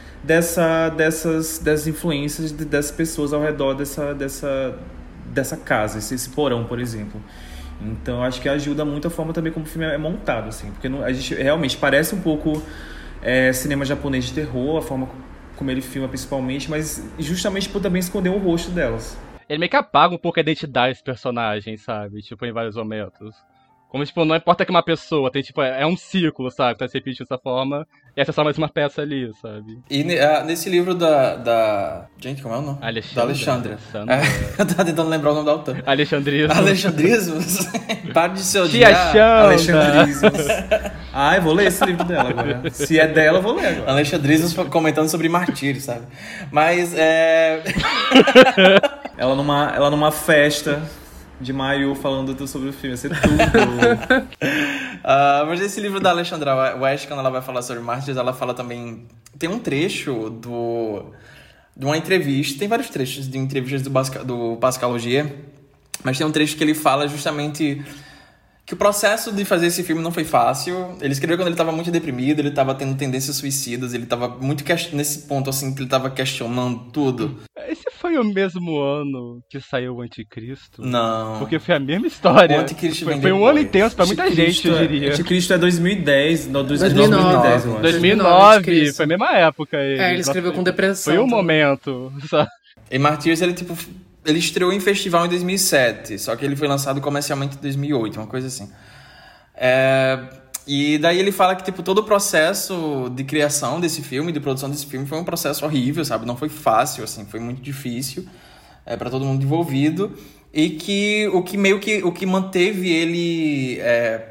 dessa, dessas, dessas influências de, dessas pessoas ao redor dessa, dessa, dessa casa, esse, esse porão, por exemplo. Então, acho que ajuda muito a forma também como o filme é montado, assim, porque não, a gente realmente parece um pouco é, cinema japonês de terror, a forma como ele filma principalmente, mas justamente por também esconder o rosto delas. Ele meio que apaga um pouco a identidade dos personagens, sabe? Tipo, em vários momentos. Como, tipo, não importa que uma pessoa tem, tipo, é um círculo, sabe? Tá se repetindo dessa forma, e essa é só mais uma peça ali, sabe? E uh, nesse livro da, da... Gente, como é o nome? Alexandre. Da Alexandra. É, eu tava tentando lembrar o nome da autora. Alexandrismo. Alexandrismos? Para de se odiar. Tia Xanda. Alexandrismos. Ai, vou ler esse livro dela agora. Se é dela, eu vou ler agora. Alexandrismos comentando sobre martírio, sabe? Mas, é... ela, numa, ela numa festa... de maio falando sobre o filme, ia ser tudo. uh, mas esse livro da Alexandra West, quando ela vai falar sobre Martyrs, ela fala também... Tem um trecho do, de uma entrevista, tem vários trechos de entrevistas do, Basca, do Pascal Augier, mas tem um trecho que ele fala justamente que o processo de fazer esse filme não foi fácil. Ele escreveu quando ele estava muito deprimido, ele estava tendo tendências suicidas, ele estava muito que... nesse ponto, assim, que ele estava questionando tudo. Esse foi o mesmo ano que saiu o Anticristo? Não. Porque foi a mesma história. O Anticristo foi, foi um ano intenso pra muita gente, eu diria. O Anticristo é dois mil e dez, não, dois mil e nove. dez, eu acho. dois mil e nove, foi a mesma época. Ele, é, ele escreveu com depressão. Foi um momento, sabe? E Martyrs, ele, tipo... ele estreou em festival em dois mil e sete, só que ele foi lançado comercialmente em dois mil e oito, uma coisa assim. É, e daí ele fala que, tipo, todo o processo de criação desse filme, de produção desse filme, foi um processo horrível, sabe? Não foi fácil, assim, foi muito difícil é, para todo mundo envolvido. E que o que meio que, o que manteve ele é,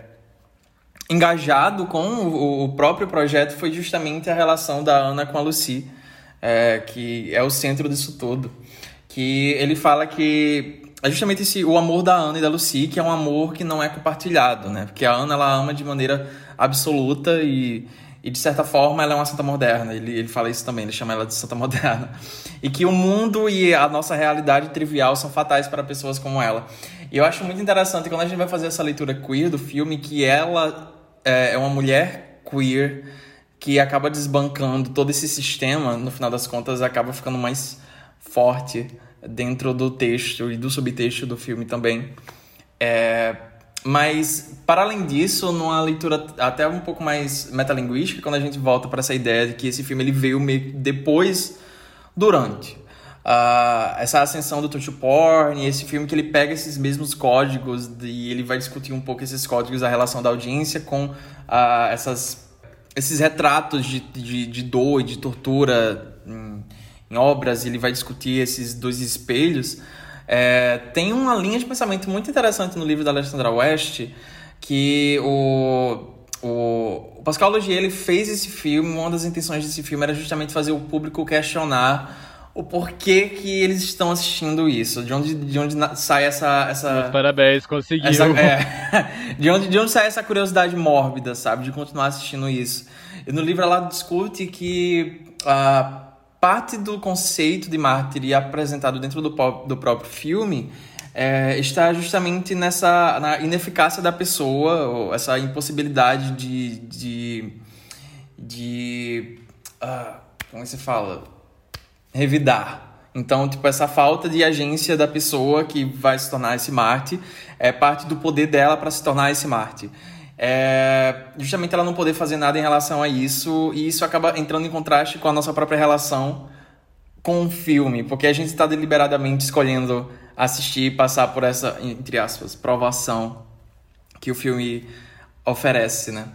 engajado com o, o próprio projeto foi justamente a relação da Ana com a Lucy, é, que é o centro disso tudo. Que ele fala que é justamente esse, o amor da Ana e da Lucy, que é um amor que não é compartilhado, né? Porque a Ana, ela ama de maneira absoluta e, e de certa forma, ela é uma santa moderna. Ele, ele fala isso também, ele chama ela de santa moderna. E que o mundo e a nossa realidade trivial são fatais para pessoas como ela. E eu acho muito interessante, quando a gente vai fazer essa leitura queer do filme, que ela é, é uma mulher queer que acaba desbancando todo esse sistema, no final das contas, acaba ficando mais forte dentro do texto e do subtexto do filme também. É, mas, para além disso, numa leitura até um pouco mais metalinguística, quando a gente volta para essa ideia de que esse filme ele veio meio depois, durante uh, essa ascensão do touch porn, e esse filme que ele pega esses mesmos códigos e ele vai discutir um pouco esses códigos da relação da audiência com uh, essas, esses retratos de, de, de dor e de tortura em, em obras, e ele vai discutir esses dois espelhos. É, tem uma linha de pensamento muito interessante no livro da Alexandra West, que o, o, o Pascal Laugier ele fez esse filme, uma das intenções desse filme era justamente fazer o público questionar o porquê que eles estão assistindo isso, de onde, de onde sai essa... essa Mas parabéns, conseguiu. Essa, é, de, onde, de onde sai essa curiosidade mórbida, sabe, de continuar assistindo isso. E no livro ela discute que... Uh, parte do conceito de mártir apresentado dentro do, do próprio filme é, está justamente nessa na ineficácia da pessoa, ou essa impossibilidade de... de, de uh, como se fala? Revidar. Então, tipo, essa falta de agência da pessoa que vai se tornar esse mártir é parte do poder dela para se tornar esse mártir. É, justamente ela não poder fazer nada em relação a isso, e isso acaba entrando em contraste com a nossa própria relação com o filme, porque a gente está deliberadamente escolhendo assistir e passar por essa, entre aspas, provação que o filme oferece, né?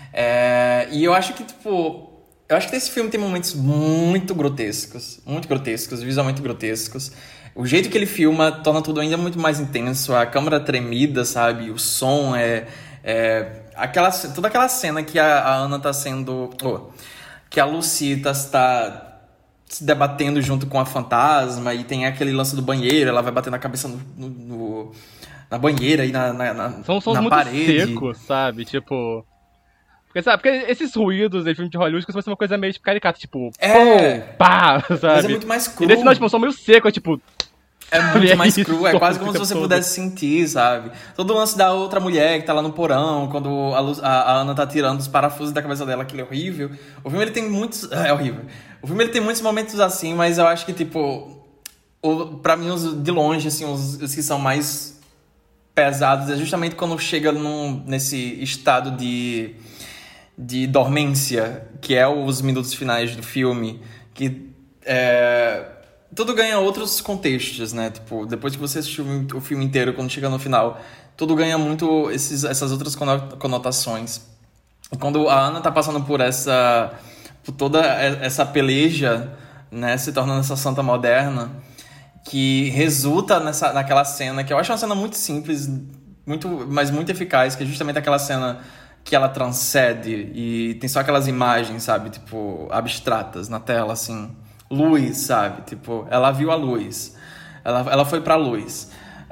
É, e eu acho que, tipo, eu acho que esse filme tem momentos muito grotescos, muito grotescos, visualmente grotescos. O jeito que ele filma torna tudo ainda muito mais intenso, a câmera tremida, sabe? O som é... É, aquela, toda aquela cena que a, a Ana tá sendo... Oh, que a Lucy tá, tá se debatendo junto com a fantasma, e tem aquele lance do banheiro, ela vai batendo a cabeça no, no, no, na banheira e na, na, na, São sons na muito parede. secos, sabe? Tipo... Porque, sabe? Porque esses ruídos em filme de Hollywood costumam ser uma coisa meio tipo, caricata, tipo... É, pum, pá, sabe? mas é muito mais cru. E nesse não, tipo, um som meio seco, é tipo... É muito é mais isso, cru, é quase como se você todo. pudesse sentir, sabe? Todo o lance da outra mulher que tá lá no porão, quando a, Lu, a, a Ana tá tirando os parafusos da cabeça dela, aquilo é horrível. O filme, ele tem muitos... É horrível. O filme, ele tem muitos momentos assim, mas eu acho que, tipo... O, pra mim, os, de longe, assim, os, os que são mais pesados é justamente quando chega num, nesse estado de... de dormência, que é os minutos finais do filme, que... É, tudo ganha outros contextos, né? Tipo, depois que você assistiu o filme inteiro, quando chega no final, tudo ganha muito esses, essas outras conotações. E quando a Ana tá passando por essa... por toda essa peleja, né? Se tornando essa santa moderna, que resulta nessa, naquela cena, que eu acho uma cena muito simples, muito, mas muito eficaz, que é justamente aquela cena que ela transcende e tem só aquelas imagens, sabe? Tipo, abstratas na tela, assim... Luz, sabe? Tipo, ela viu a luz. Ela, ela foi pra luz.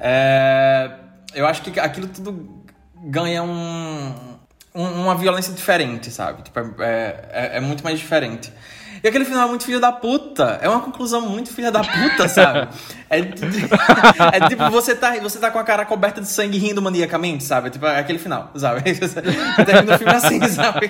É, eu acho que aquilo tudo ganha um, um, uma violência diferente, sabe? Tipo, é, é, é muito mais diferente. E aquele final é muito filho da puta. É uma conclusão muito filha da puta, sabe? É, é tipo, você tá, você tá com a cara coberta de sangue rindo maniacamente, sabe? Tipo, é aquele final, sabe? Você termina o filme assim, sabe?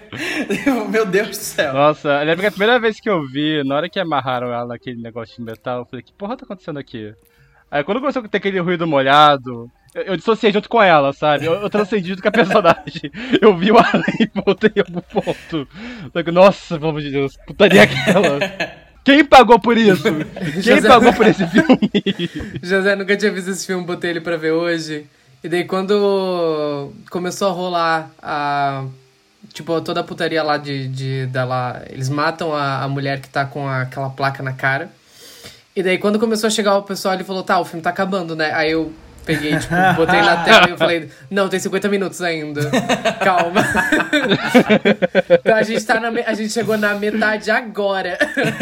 Meu Deus do céu. Nossa, eu lembro que a primeira vez que eu vi, na hora que amarraram ela naquele negócio de metal, eu falei, que porra tá acontecendo aqui? Aí quando começou a ter aquele ruído molhado, eu, eu dissociei junto com ela, sabe? Eu, eu transcendi junto com a personagem. Eu vi o além e voltei pro ponto. Nossa, pelo amor de Deus, putaria aquela. Quem pagou por isso? Quem José... pagou por esse filme? José nunca tinha visto esse filme, botei ele pra ver hoje. E daí quando começou a rolar a... Tipo, toda a putaria lá de, de dela... Eles matam a, a mulher que tá com a, aquela placa na cara. E daí quando começou a chegar o pessoal, ele falou, tá, o filme tá acabando, né? Aí eu peguei, tipo, botei na tela e eu falei, não, tem cinquenta minutos ainda. Calma. Então a gente, tá na, a gente chegou na metade agora.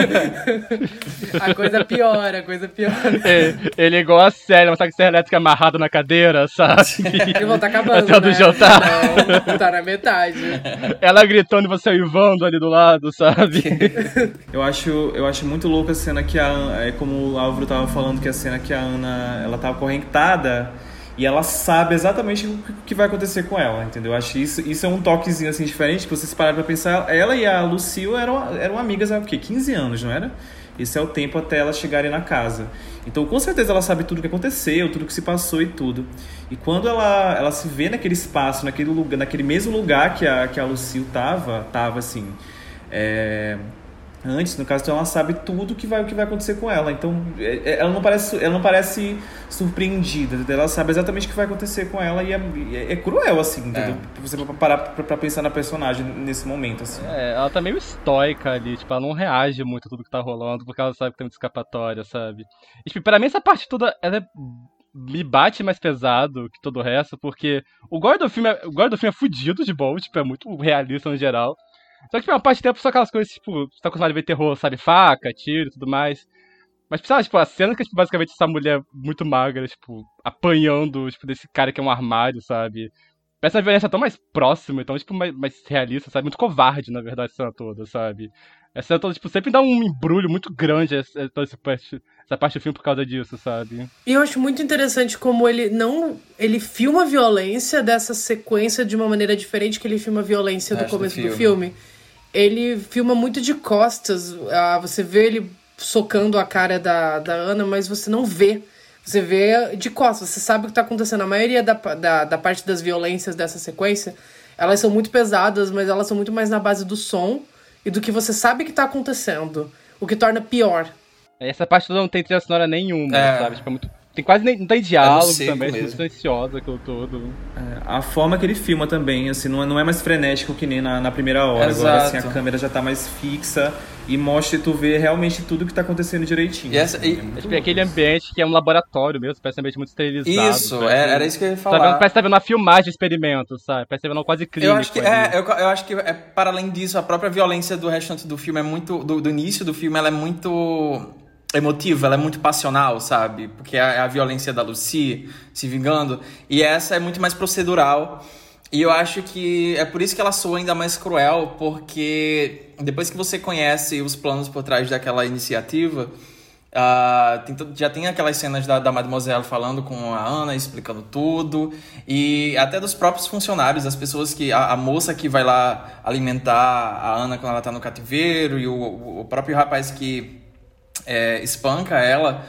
A coisa piora, a coisa piora. É, ele é igual a série, uma serra elétrica amarrada na cadeira, sabe? E vão tá acabando, até o do né? jantar. Não, tá na metade. Ela gritando e você uivando ali do lado, sabe? Eu acho, eu acho muito louca a cena que a Ana, é como o Álvaro tava falando, que a cena que a Ana, ela tava acorrentada e ela sabe exatamente o que vai acontecer com ela, entendeu? Eu acho que isso, isso é um toquezinho assim diferente, que vocês pararam pra pensar, ela e a Lucille eram, eram amigas há o quê? quinze anos, não era? Esse é o tempo até elas chegarem na casa. Então, com certeza, ela sabe tudo o que aconteceu, tudo que se passou e tudo. E quando ela, ela se vê naquele espaço, naquele, lugar, naquele mesmo lugar que a, que a Lucille tava, tava assim... É... Antes, no caso, então ela sabe tudo que vai, o que vai acontecer com ela. Então, ela não parece, ela não parece surpreendida. Ela sabe exatamente o que vai acontecer com ela e é, é cruel, assim, entendeu? É. Você parar pra, pra pensar na personagem nesse momento, assim. É, ela tá meio estoica ali, tipo, ela não reage muito a tudo que tá rolando, porque ela sabe que tem muita escapatória, sabe? E, tipo, pra mim essa parte toda, ela é... me bate mais pesado que todo o resto, porque o gore do filme é, o gore do filme é fudido de bom, tipo, é muito realista no geral. Só que, tipo, uma parte de tempo são aquelas coisas, tipo, você tá acostumado a ver terror, sabe, faca, tiro e tudo mais. Mas, sabe, tipo, a cena que é, tipo, basicamente essa mulher muito magra, tipo, apanhando, tipo, desse cara que é um armário, sabe? Essa violência tão mais próxima, então, tipo, mais, mais realista, sabe? Muito covarde, na verdade, a cena toda, sabe? Essa cena toda, tipo, sempre dá um embrulho muito grande essa, essa, parte, essa parte do filme por causa disso, sabe? E eu acho muito interessante como ele não... Ele filma a violência dessa sequência de uma maneira diferente que ele filma a violência do começo do filme. do filme. Ele filma muito de costas. Ah, você vê ele socando a cara da, da Ana, mas você não vê. Você vê de costas, você sabe o que tá acontecendo. A maioria da, da, da parte das violências dessa sequência, elas são muito pesadas, mas elas são muito mais na base do som e do que você sabe que tá acontecendo. O que torna pior. Essa parte toda não tem trilha sonora nenhuma, É. sabe? Tipo, é muito... Tem quase nem... Não tem diálogo seco também, mesmo. muito silenciosa aquilo todo. É, a forma que ele filma também, assim, não é, não é mais frenético que nem na, na primeira hora. Exato. Agora, assim, a câmera já tá mais fixa e mostra e tu vê realmente tudo que tá acontecendo direitinho. E essa- assim, e- é muito É, tipo, é aquele ambiente que é um laboratório mesmo, parece um ambiente muito esterilizado. Isso, parece- é- era isso que eu ia Tá vendo, falar. parece que tá vendo uma filmagem de experimento, sabe? Parece que tá vendo uma quase clínico. Eu acho que, ali. é, eu, eu acho que é, para além disso, a própria violência do restante do filme é muito. Do, do início do filme, ela é muito emotiva, ela é muito passional, sabe? Porque é a, a violência da Lucy se vingando. E essa é muito mais procedural. E eu acho que é por isso que ela soa ainda mais cruel, porque depois que você conhece os planos por trás daquela iniciativa. Uh, tem, já tem aquelas cenas da, da Mademoiselle falando com a Ana, explicando tudo, e até dos próprios funcionários, as pessoas que a, a moça que vai lá alimentar a Ana quando ela tá no cativeiro, e o, o próprio rapaz que é, espanca ela.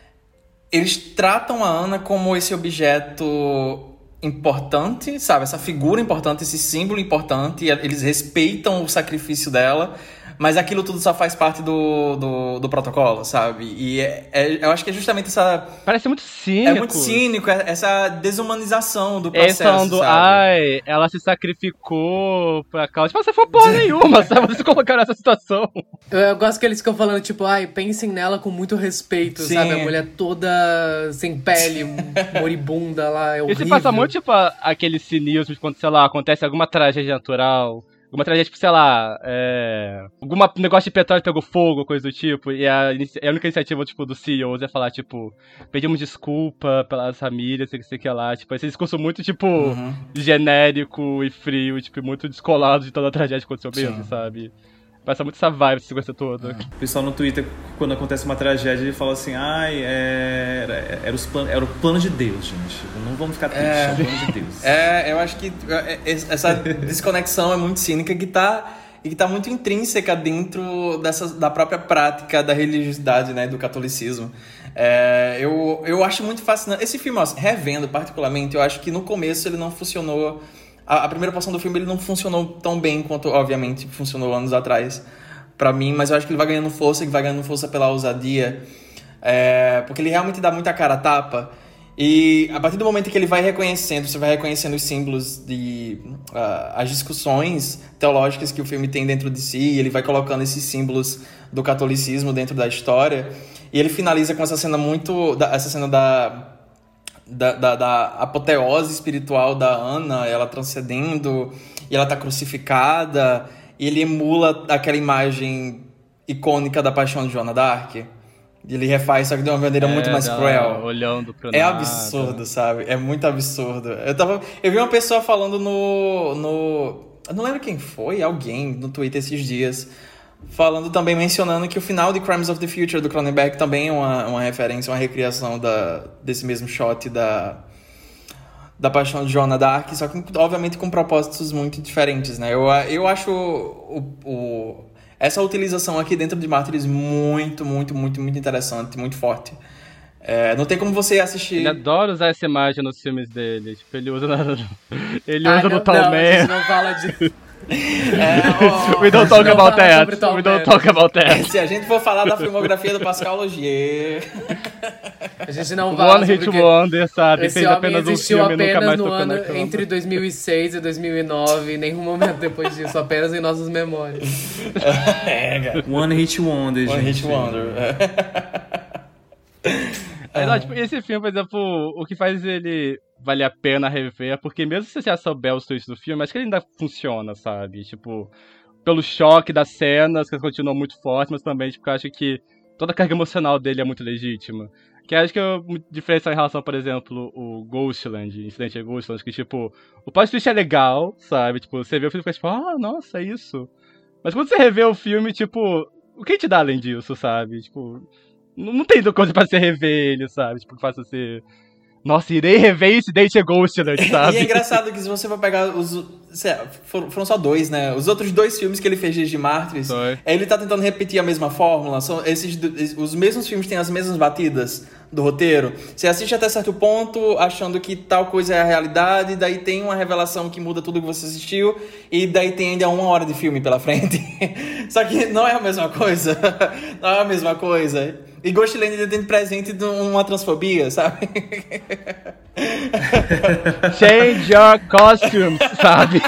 Eles tratam a Ana como esse objeto importante, sabe? Essa figura importante, esse símbolo importante. Eles respeitam o sacrifício dela, mas aquilo tudo só faz parte do, do, do protocolo, sabe? E é, é, eu acho que é justamente essa... Parece muito cínico. É muito cínico, essa desumanização do Eles processo, falando, sabe? ai, ela se sacrificou pra causa. Tipo, você foi porra nenhuma, sabe? Vocês colocaram nessa situação. Eu, eu gosto que eles ficam falando, tipo, ai, pensem nela com muito respeito, Sim. sabe? A mulher toda sem pele, moribunda lá, é E horrível. se passa muito, tipo, a- aquele cinismo de quando, sei lá, acontece alguma tragédia natural. Alguma tragédia, tipo, sei lá, é... algum negócio de petróleo pegou fogo, coisa do tipo, e a, inici- a única iniciativa, tipo, do C E O é falar, tipo, pedimos desculpa pelas famílias, sei que sei que lá, tipo, esse discurso muito, tipo, Uhum. genérico e frio, tipo, muito descolado de toda a tragédia que aconteceu mesmo, Sim. sabe? Passa muito essa vibe, essa sequência toda. O pessoal no Twitter, quando acontece uma tragédia, ele fala assim, ai, é, era, era, os plan- era o plano de Deus, gente. Não vamos ficar tristes, é, É. o plano de Deus. É, eu acho que é, é, essa desconexão é muito cínica que tá, e que tá muito intrínseca dentro dessa, da própria prática da religiosidade, né, do catolicismo. É, eu, eu acho muito fascinante. Esse filme, ó, revendo particularmente, eu acho que no começo ele não funcionou... A, a primeira porção do filme ele não funcionou tão bem quanto, obviamente, funcionou anos atrás. pra mim, mas eu acho que ele vai ganhando força, que vai ganhando força pela ousadia, é, porque ele realmente dá muita cara a tapa. E a partir do momento que ele vai reconhecendo, você vai reconhecendo os símbolos de... Uh, as discussões teológicas que o filme tem dentro de si, e ele vai colocando esses símbolos do catolicismo dentro da história, e ele finaliza com essa cena muito... Da, essa cena da, da, da, da apoteose espiritual da Ana, ela transcendendo, e ela tá crucificada, e ele emula aquela imagem icônica da paixão de Joana d'Arc. Ele refaz, só que de uma maneira é, muito mais cruel. Olhando pro É nada. absurdo, sabe? É muito absurdo. Eu, tava, eu vi uma pessoa falando no, no... Eu não lembro quem foi, alguém no Twitter esses dias, falando também, mencionando que o final de Crimes of the Future do Cronenberg também é uma, uma referência, uma recriação da, desse mesmo shot da, da paixão de Joana d'Arc, só que obviamente com propósitos muito diferentes, né? Eu, eu acho o... o essa utilização aqui dentro de Mártires muito, muito, muito, muito interessante, muito forte. É, não tem como você assistir... Ele adora usar essa imagem nos filmes dele. Tipo, ele usa, na... ele Ah, usa não, no Tall não, a Man. gente não fala de... É, oh, We don't a gente talk não about fala that. sobre Tall We don't Man. talk about that. se a gente for falar da filmografia do Pascal Laugier... A gente não fala One Hit sobre Wonder, sabe? esse Fez homem apenas um existiu filme e nunca apenas mais no tocou ano na cama. entre dois mil e seis e dois mil e nove, em nenhum momento depois disso, apenas em nossas memórias. é, cara. One Hit Wonder, One gente. Hit Wonder. É, não, tipo, esse filme, por exemplo, o que faz ele valer a pena rever é porque mesmo se você já souber os twists do filme, acho que ele ainda funciona, sabe? Tipo, pelo choque das cenas, que continuam muito fortes, mas também, tipo, eu acho que toda a carga emocional dele é muito legítima. Que acho que é muito diferença em relação, por exemplo, o Ghostland, Incidente Ghostland, que, tipo, o plot twist é legal, sabe? Tipo, você vê o filme e fica tipo, ah, nossa, é isso. Mas quando você revê o filme, tipo, o que te dá além disso, sabe? Tipo, não, não tem coisa pra você rever ele, sabe? Tipo, que faça você... Nossa, irei rever Incidente Ghostland, sabe? E é engraçado que se você for pegar os... Foram só dois, né? Os outros dois filmes que ele fez de Mártires, ele tá tentando repetir a mesma fórmula. São esses, os mesmos filmes têm as mesmas batidas do roteiro. Você assiste até certo ponto achando que tal coisa é a realidade, daí tem uma revelação que muda tudo que você assistiu, e daí tem ainda uma hora de filme pela frente. Só que não é a mesma coisa. Não é a mesma coisa. E Ghostland ainda tem presente de uma transfobia, sabe? Change your costumes, sabe?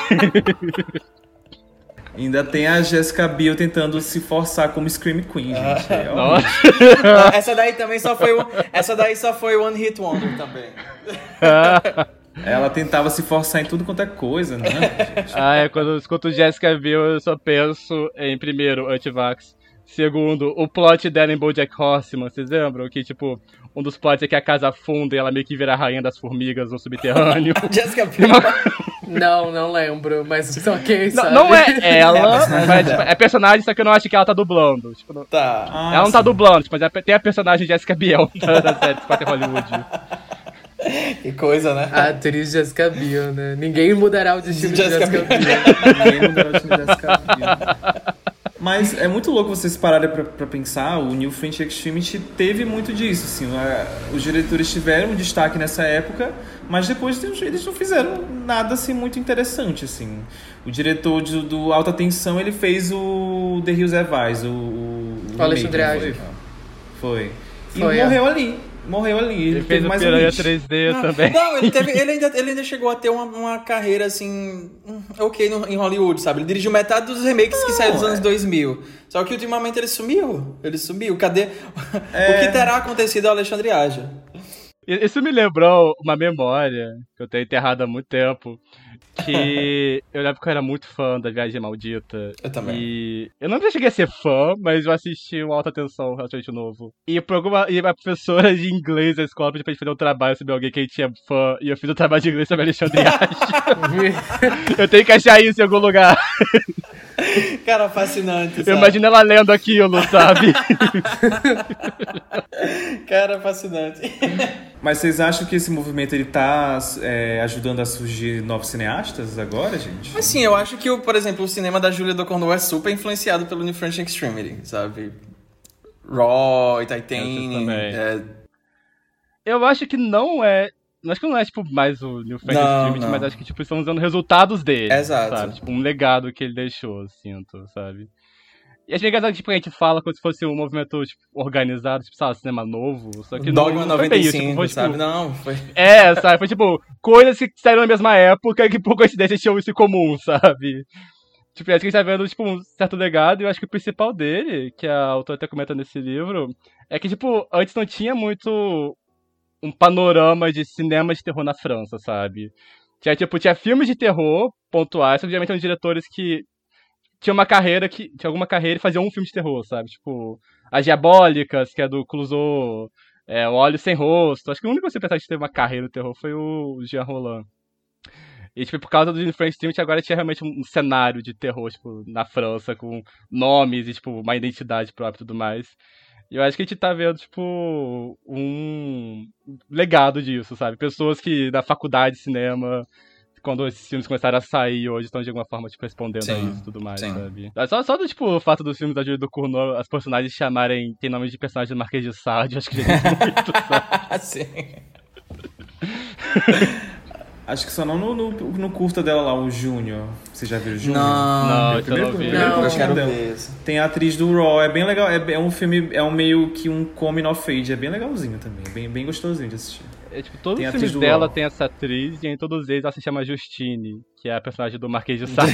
Ainda tem a Jessica Biel tentando se forçar como Scream Queen, gente. É, Nossa. Essa daí também só foi, essa daí só foi One Hit Wonder também. Ela tentava se forçar em tudo quanto é coisa, né, gente? Ah, é, quando eu escuto Jessica Biel, eu só penso em, primeiro, antivax. Segundo, o plot dela em BoJack Horseman, vocês lembram? Que, tipo, um dos plots é que a casa afunda e ela meio que vira a rainha das formigas no subterrâneo. Jessica Biel. Não, não lembro, mas ok, Não, sabe? não é ela, É a personagem mas, dela. tipo, é personagem, só que eu não acho que ela tá dublando. Tipo, não- Tá. Ah, ela não tá sim. dublando, tipo, mas é- tem a personagem Jessica Biel da, da série Spot Hollywood. Que coisa, né? A atriz Jessica Biel, né? Ninguém mudará o destino de Jessica Jessica Biel. Biel. Ninguém mudou a time Jessica Biel. Mas é muito louco vocês pararem pra, pra pensar, o New French Extremity teve muito disso, assim, a- os diretores tiveram um destaque nessa época, mas depois eles não fizeram nada, assim, muito interessante, assim. O diretor de- do Alta Tensão, ele fez o The Hills Have Eyes, o... O, O Alexandre remake, Aja. Foi. E Foi, é. morreu ali, morreu ali. Ele, Ele teve fez o mais um Piranha hit. três D Não, também. não, ele, teve, ele, ainda, ele ainda chegou a ter uma, uma carreira assim, hum, ok no, em Hollywood, sabe? Ele dirigiu metade dos remakes que saíram dos anos dois mil. Só que ultimamente ele sumiu. Ele sumiu. Cadê? É. O que terá acontecido ao Alexandre Aja? Isso me lembrou uma memória que eu tenho enterrado há muito tempo. Que eu lembro que eu era muito fã da Viagem Maldita. Eu também. E eu não cheguei a ser fã, mas eu assisti um Alta Tensão relativamente novo. E por alguma. E a professora de inglês da escola pediu pra gente fazer um trabalho sobre alguém que a gente tinha fã. E eu fiz o um trabalho de inglês sobre Alexandre Aja. Eu tenho que achar isso em algum lugar. Cara, fascinante, sabe? Eu imagino ela lendo aquilo, sabe? Cara, fascinante. Mas vocês acham que esse movimento ele tá é, ajudando a surgir novos cineastas agora, gente? Assim, eu acho que, o, por exemplo, o cinema da Julia Ducournau é super influenciado pelo New French Extremity, sabe? Raw, Titanic, também. é, Eu acho que não é. Acho que não é, tipo, mais o New French Não, Extremity, não. mas acho que, tipo, estão usando resultados dele. Exato. Sabe? Tipo, um legado que ele deixou, sinto, sabe? E acho engraçado que tipo, a gente fala como se fosse um movimento tipo, organizado, tipo, sabe, cinema novo. Só que Dogma não, não foi bem isso, noventa e cinco, tipo, foi, tipo, sabe? Não, foi... É, sabe? Foi tipo, coisas que saíram na mesma época e que por coincidência tinham isso em comum, sabe? Tipo, acho que a gente tá vendo, tipo, um certo legado, e eu acho que o principal dele, que a autora até comenta nesse livro, é que, tipo, antes não tinha muito um panorama de cinema de terror na França, sabe? Tinha, tipo, tinha filmes de terror pontuais, só que geralmente eram diretores que tinham uma carreira, que tinha alguma carreira e faziam um filme de terror, sabe? Tipo, As Diabólicas, que é do Clouseau, é, O Olho Sem Rosto. Acho que o único que você pensar que teve uma carreira no terror foi o Jean Roland. E, tipo, por causa do French Stream, agora tinha realmente um cenário de terror, tipo, na França, com nomes e, tipo, uma identidade própria e tudo mais. E eu acho que a gente tá vendo, tipo, um legado disso, sabe? Pessoas que na faculdade de cinema, quando esses filmes começaram a sair hoje, estão de alguma forma, tipo, respondendo sim, a isso e tudo mais, sim. Sabe? Só, só do, tipo, o fato dos filmes da Julie Ducournau, as personagens chamarem, tem nome de personagem do Marquês de Sade, eu acho que já diz muito, sabe? Sim. Acho que só não no, no, no curta dela lá, o Júnior. Você já viu o Júnior? Não, não, é eu primeiro, não vi. primeiro Não, eu quero dela. ver. Tem a atriz do Raw, é bem legal. É, é um filme, é um meio que um coming of age, é bem legalzinho também, bem, bem gostosinho de assistir. É, tipo, todos Tem os a filmes atriz do dela Raw. tem essa atriz, e em todos eles ela se chama Justine, que é a personagem do Marquês de Sade.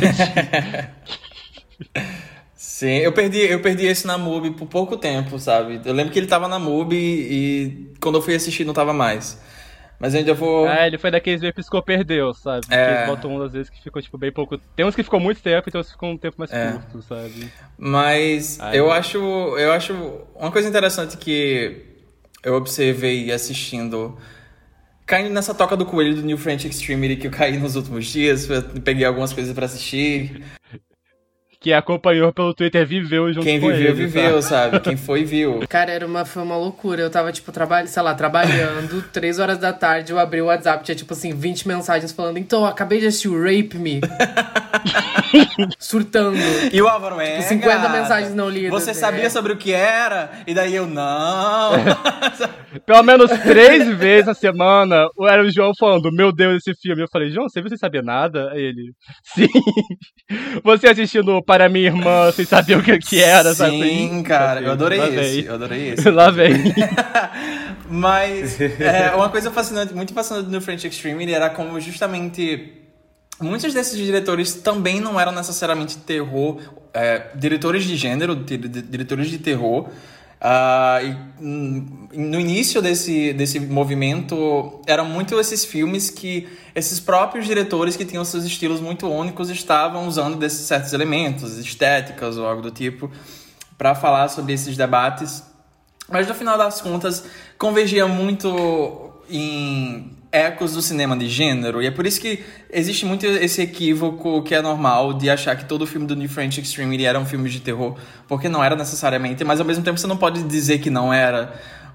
Sim, eu perdi, eu perdi esse na MUBI por pouco tempo, sabe? Eu lembro que ele tava na MUBI e quando eu fui assistir não tava mais. Mas eu ainda vou... É, ele foi daqueles que piscou, perdeu, sabe? Porque É. eles botam umas vezes que ficou, tipo, bem pouco... Tem uns que ficou muito tempo e tem uns que ficou um tempo mais É. curto, sabe? Mas Ai, eu meu. acho, eu acho uma coisa interessante que eu observei assistindo, caindo nessa toca do coelho do New French Extremity que eu caí nos últimos dias, eu peguei algumas coisas pra assistir. Que acompanhou pelo Twitter, viveu junto Quem com viveu, ele, viveu, sabe? sabe? Quem foi, viu. Cara, era uma, foi uma loucura. Eu tava, tipo, trabalhando, sei lá, trabalhando, três horas da tarde, eu abri o WhatsApp, tinha, tipo assim, vinte mensagens falando, então, eu acabei de assistir o Rape Me. Surtando. E o Álvaro é, Tipo, cinquenta gata, mensagens não lidas. Você é. sabia sobre o que era? E daí eu, não. Pelo menos três vezes na semana, era o João falando, meu Deus, esse filme. Eu falei, João, você viu sem saber nada? Aí ele, sim. Você assistindo Para Minha Irmã sem saber o que, que era, sabe? Sim, cara, eu adorei Lá esse, vem. eu adorei esse. Lá vem. Mas é, uma coisa fascinante, muito fascinante no French Extremity era como justamente muitos desses diretores também não eram necessariamente terror, é, diretores de gênero, di- di- diretores de terror. Ah, e, hum, no início desse, desse movimento eram muito esses filmes que esses próprios diretores que tinham seus estilos muito únicos estavam usando desses certos elementos, estéticas ou algo do tipo, para falar sobre esses debates. Mas no final das contas convergia muito em ecos do cinema de gênero, e é por isso que existe muito esse equívoco que é normal de achar que todo filme do New French Extremity era um filme de terror, porque não era necessariamente, mas ao mesmo tempo você não pode dizer que não era,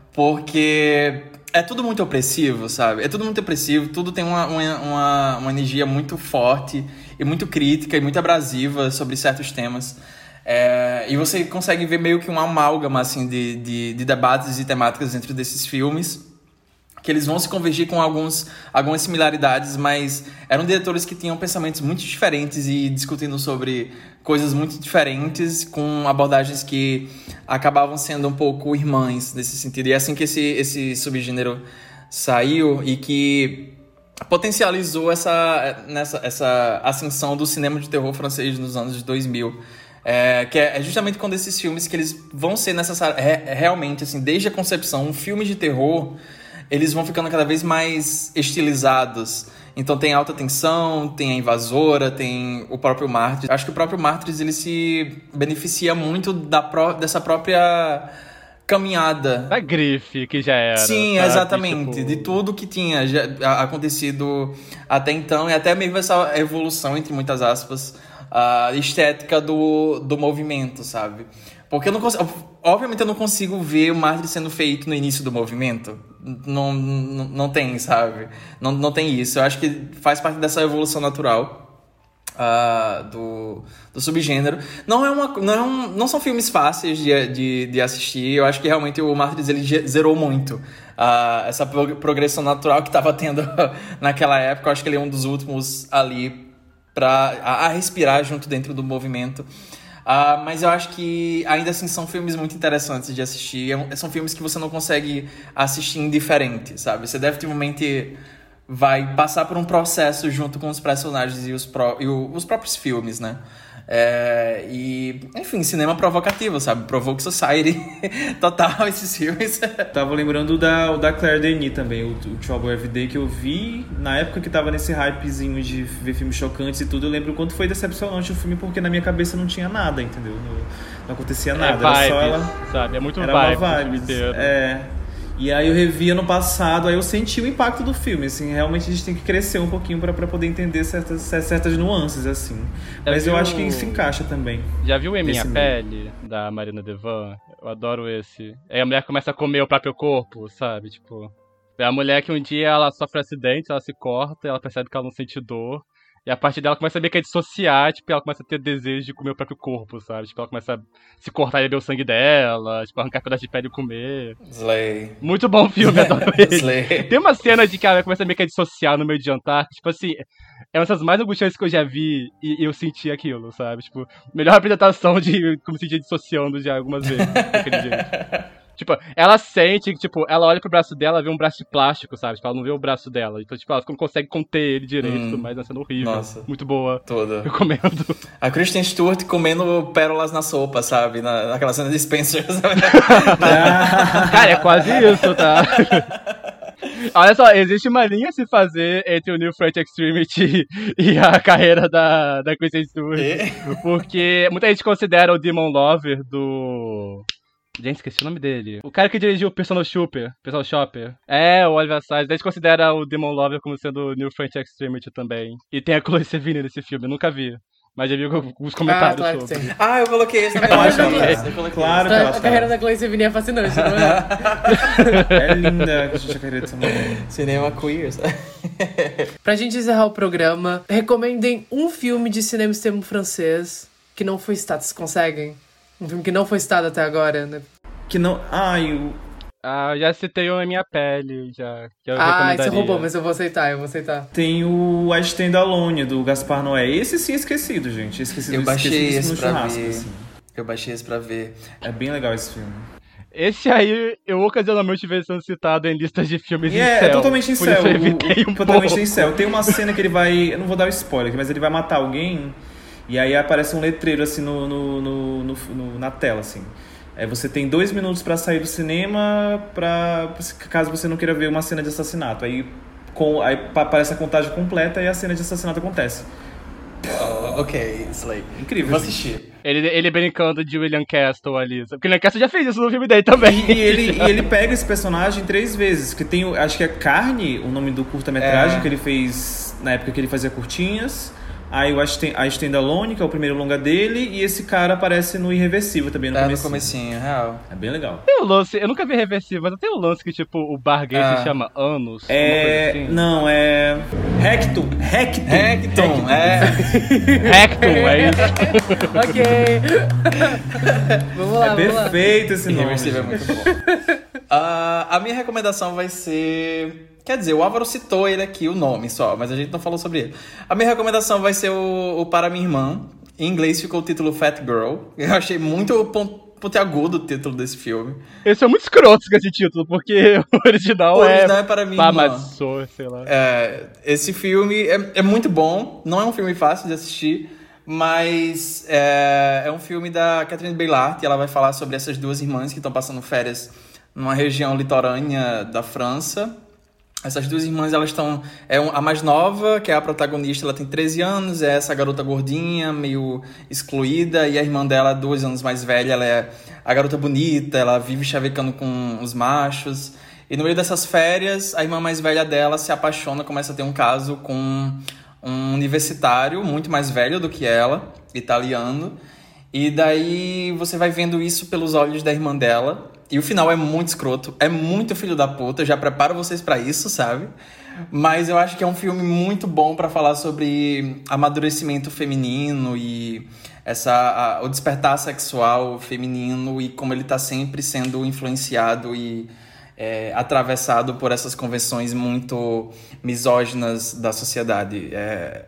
porque é tudo muito opressivo, sabe? É tudo muito opressivo, tudo tem uma, uma, uma, uma energia muito forte e muito crítica e muito abrasiva sobre certos temas. É, e você consegue ver meio que um amálgama assim, de, de, de debates e temáticas dentro desses filmes, que eles vão se convergir com alguns, algumas similaridades, mas eram diretores que tinham pensamentos muito diferentes e discutindo sobre coisas muito diferentes, com abordagens que acabavam sendo um pouco irmãs nesse sentido. E é assim que esse, esse subgênero saiu e que potencializou essa, nessa, essa ascensão do cinema de terror francês nos anos dois mil. É, que é justamente quando esses filmes que eles vão ser necessários, é, realmente, assim, desde a concepção, um filme de terror, eles vão ficando cada vez mais estilizados. Então tem alta tensão, tem a invasora, tem o próprio Mártires. Acho que o próprio Mártires, ele se beneficia muito da pró- dessa própria caminhada. Da grife que já era. Sim, sabe? exatamente. Tipo... De tudo que tinha já acontecido até então, e até mesmo essa evolução, entre muitas aspas, a estética do, do movimento, sabe? Porque eu não consigo... Obviamente eu não consigo ver o Mártires sendo feito no início do movimento. Não, não, não tem, sabe? Não, não tem isso. Eu acho que faz parte dessa evolução natural uh, do, do subgênero. Não, é uma, não, é um, não são filmes fáceis de, de, de assistir. Eu acho que realmente o Mártires, ele zerou muito uh, essa progressão natural que estava tendo naquela época. Eu acho que ele é um dos últimos ali pra, a, a respirar junto dentro do movimento. Uh, mas eu acho que ainda assim são filmes muito interessantes de assistir. É, são filmes que você não consegue assistir indiferente, sabe? Você definitivamente vai passar por um processo junto com os personagens e os, pró- e o, os próprios filmes, né? É, e, enfim, cinema provocativo, sabe? Provoke Society. Total, esses filmes. Tava lembrando da, da Claire Denis também, o, o Trouble Everyday, que eu vi na época que tava nesse hypezinho de ver filmes chocantes e tudo. Eu lembro o quanto foi decepcionante o filme, porque na minha cabeça não tinha nada, entendeu? Não, não acontecia nada. É vibes, era só ela. Sabe? É muito era vibe, uma vibe. É. E aí eu revi ano passado, aí eu senti o impacto do filme, assim, realmente a gente tem que crescer um pouquinho pra, pra poder entender certas, certas nuances, assim. Já Mas viu... eu acho que se encaixa também. Já viu Em Minha Esse Pele, da Marina Devan? Eu adoro esse. Aí a mulher começa a comer o próprio corpo, sabe? Tipo, é a mulher que um dia ela sofre um acidente, ela se corta, ela percebe que ela não sente dor. E a partir dela começa a meio que a dissociar, tipo, ela começa a ter desejo de comer o próprio corpo, sabe? Tipo, ela começa a se cortar e beber o sangue dela, tipo, arrancar pedaço de pele e comer. Slay. Muito bom filme, adoro ele. Slay. Tem uma cena de que ela começa a meio que a dissociar no meio de jantar, que, tipo assim, é uma das mais angustiantes que eu já vi e eu senti aquilo, sabe? Tipo, melhor apresentação de como se sentia dissociando já algumas vezes, daquele jeito. Tipo, ela sente que, tipo, ela olha pro braço dela, vê um braço de plástico, sabe? Tipo, ela não vê o braço dela. Então, tipo, ela não consegue conter ele direito, hum, mas é sendo horrível. Nossa. Muito boa. Toda. Recomendo. A Kristen Stewart comendo pérolas na sopa, sabe? Na, naquela cena de Spencer, sabe? Cara, é quase isso, tá? Olha só, existe uma linha a se fazer entre o New French Extremity e a carreira da, da Kristen Stewart. E? Porque muita gente considera o Demon Lover do... Gente, esqueci o nome dele. O cara que dirigiu o Personal Shopper. Personal Shopper. É, o Oliver Sykes. A gente considera o Demon Lover como sendo o New French Extremity também. E tem a Chloe Sevigny nesse filme. Eu nunca vi. Mas já vi os comentários ah, claro sobre. Ah, eu coloquei esse na minha lista. Claro que a, ela a carreira da Chloe Sevigny é fascinante, não é? É linda a gente a carreira dessa mulher. Cinema queer, sabe? Pra gente encerrar o programa, recomendem um filme de cinema extremo francês que não foi citado. Vocês conseguem? Um filme que não foi citado até agora, né? Que não... Ai, o... Ah, já citei o Na Minha Pele, já. Que eu ah, você roubou, mas eu vou aceitar, eu vou aceitar. Tem o A Stand Alone, do Gaspar Noé. Esse sim é esquecido, gente. Esquecido, eu baixei esse no pra churrasco, ver. Assim. Eu baixei esse pra ver. É bem legal esse filme. Esse aí, eu ocasionalmente vejo sendo citado em listas de filmes e em é, céu. É totalmente em céu. O, um totalmente em céu. Tem uma cena que ele vai... Eu não vou dar o um spoiler, mas ele vai matar alguém... E aí aparece um letreiro assim no, no, no, no, no, na tela, assim. É, você tem dois minutos pra sair do cinema, pra, caso você não queira ver uma cena de assassinato. Aí, com, aí aparece a contagem completa e a cena de assassinato acontece. Oh, ok, Slay. Incrível. Vou assistir. Ele, ele brincando de William Castle ali. Porque o William Castle já fez isso no filme dele também. E, e, ele, e ele pega esse personagem três vezes. Que tem, acho que é Carne, o nome do curta-metragem é. que ele fez na época que ele fazia curtinhas. Aí o A Stand Alone, que é o primeiro longa dele, e esse cara aparece no Irreversível também no é, comecinho. no comecinho, real. É bem legal. Tem o lance, eu nunca vi Irreversível, mas tem o lance que, tipo, o bar gay ah. se chama Anos. É... Assim. Não, é... Hecton. Hecton. Hecton, é. Hecton, é isso. Ok. Vamos lá, é vamos lá. perfeito esse nome. Irreversível é muito bom. uh, a minha recomendação vai ser... Quer dizer, o Álvaro citou ele aqui, o nome só, mas a gente não falou sobre ele. A minha recomendação vai ser o, o Para Minha Irmã. Em inglês ficou o título Fat Girl. Eu achei muito pontiagudo o título desse filme. Esse é muito escroto com esse título, porque o original, o é... original é Para Minha Irmã. Pamassou, sei lá. É, esse filme é, é muito bom. Não é um filme fácil de assistir, mas é, é um filme da Catherine Beilart, e ela vai falar sobre essas duas irmãs que estão passando férias numa região litorânea da França. Essas duas irmãs, elas estão... É a mais nova, que é a protagonista, ela tem treze anos, é essa garota gordinha, meio excluída, e a irmã dela, dois anos mais velha, ela é a garota bonita, ela vive chavecando com os machos. E no meio dessas férias, a irmã mais velha dela se apaixona, começa a ter um caso com um universitário muito mais velho do que ela, italiano. E daí você vai vendo isso pelos olhos da irmã dela. E o final é muito escroto, é muito filho da puta, eu já preparo vocês pra isso, sabe? Mas eu acho que é um filme muito bom pra falar sobre amadurecimento feminino e essa, a, o despertar sexual feminino e como ele tá sempre sendo influenciado e é, atravessado por essas convenções muito misóginas da sociedade. É,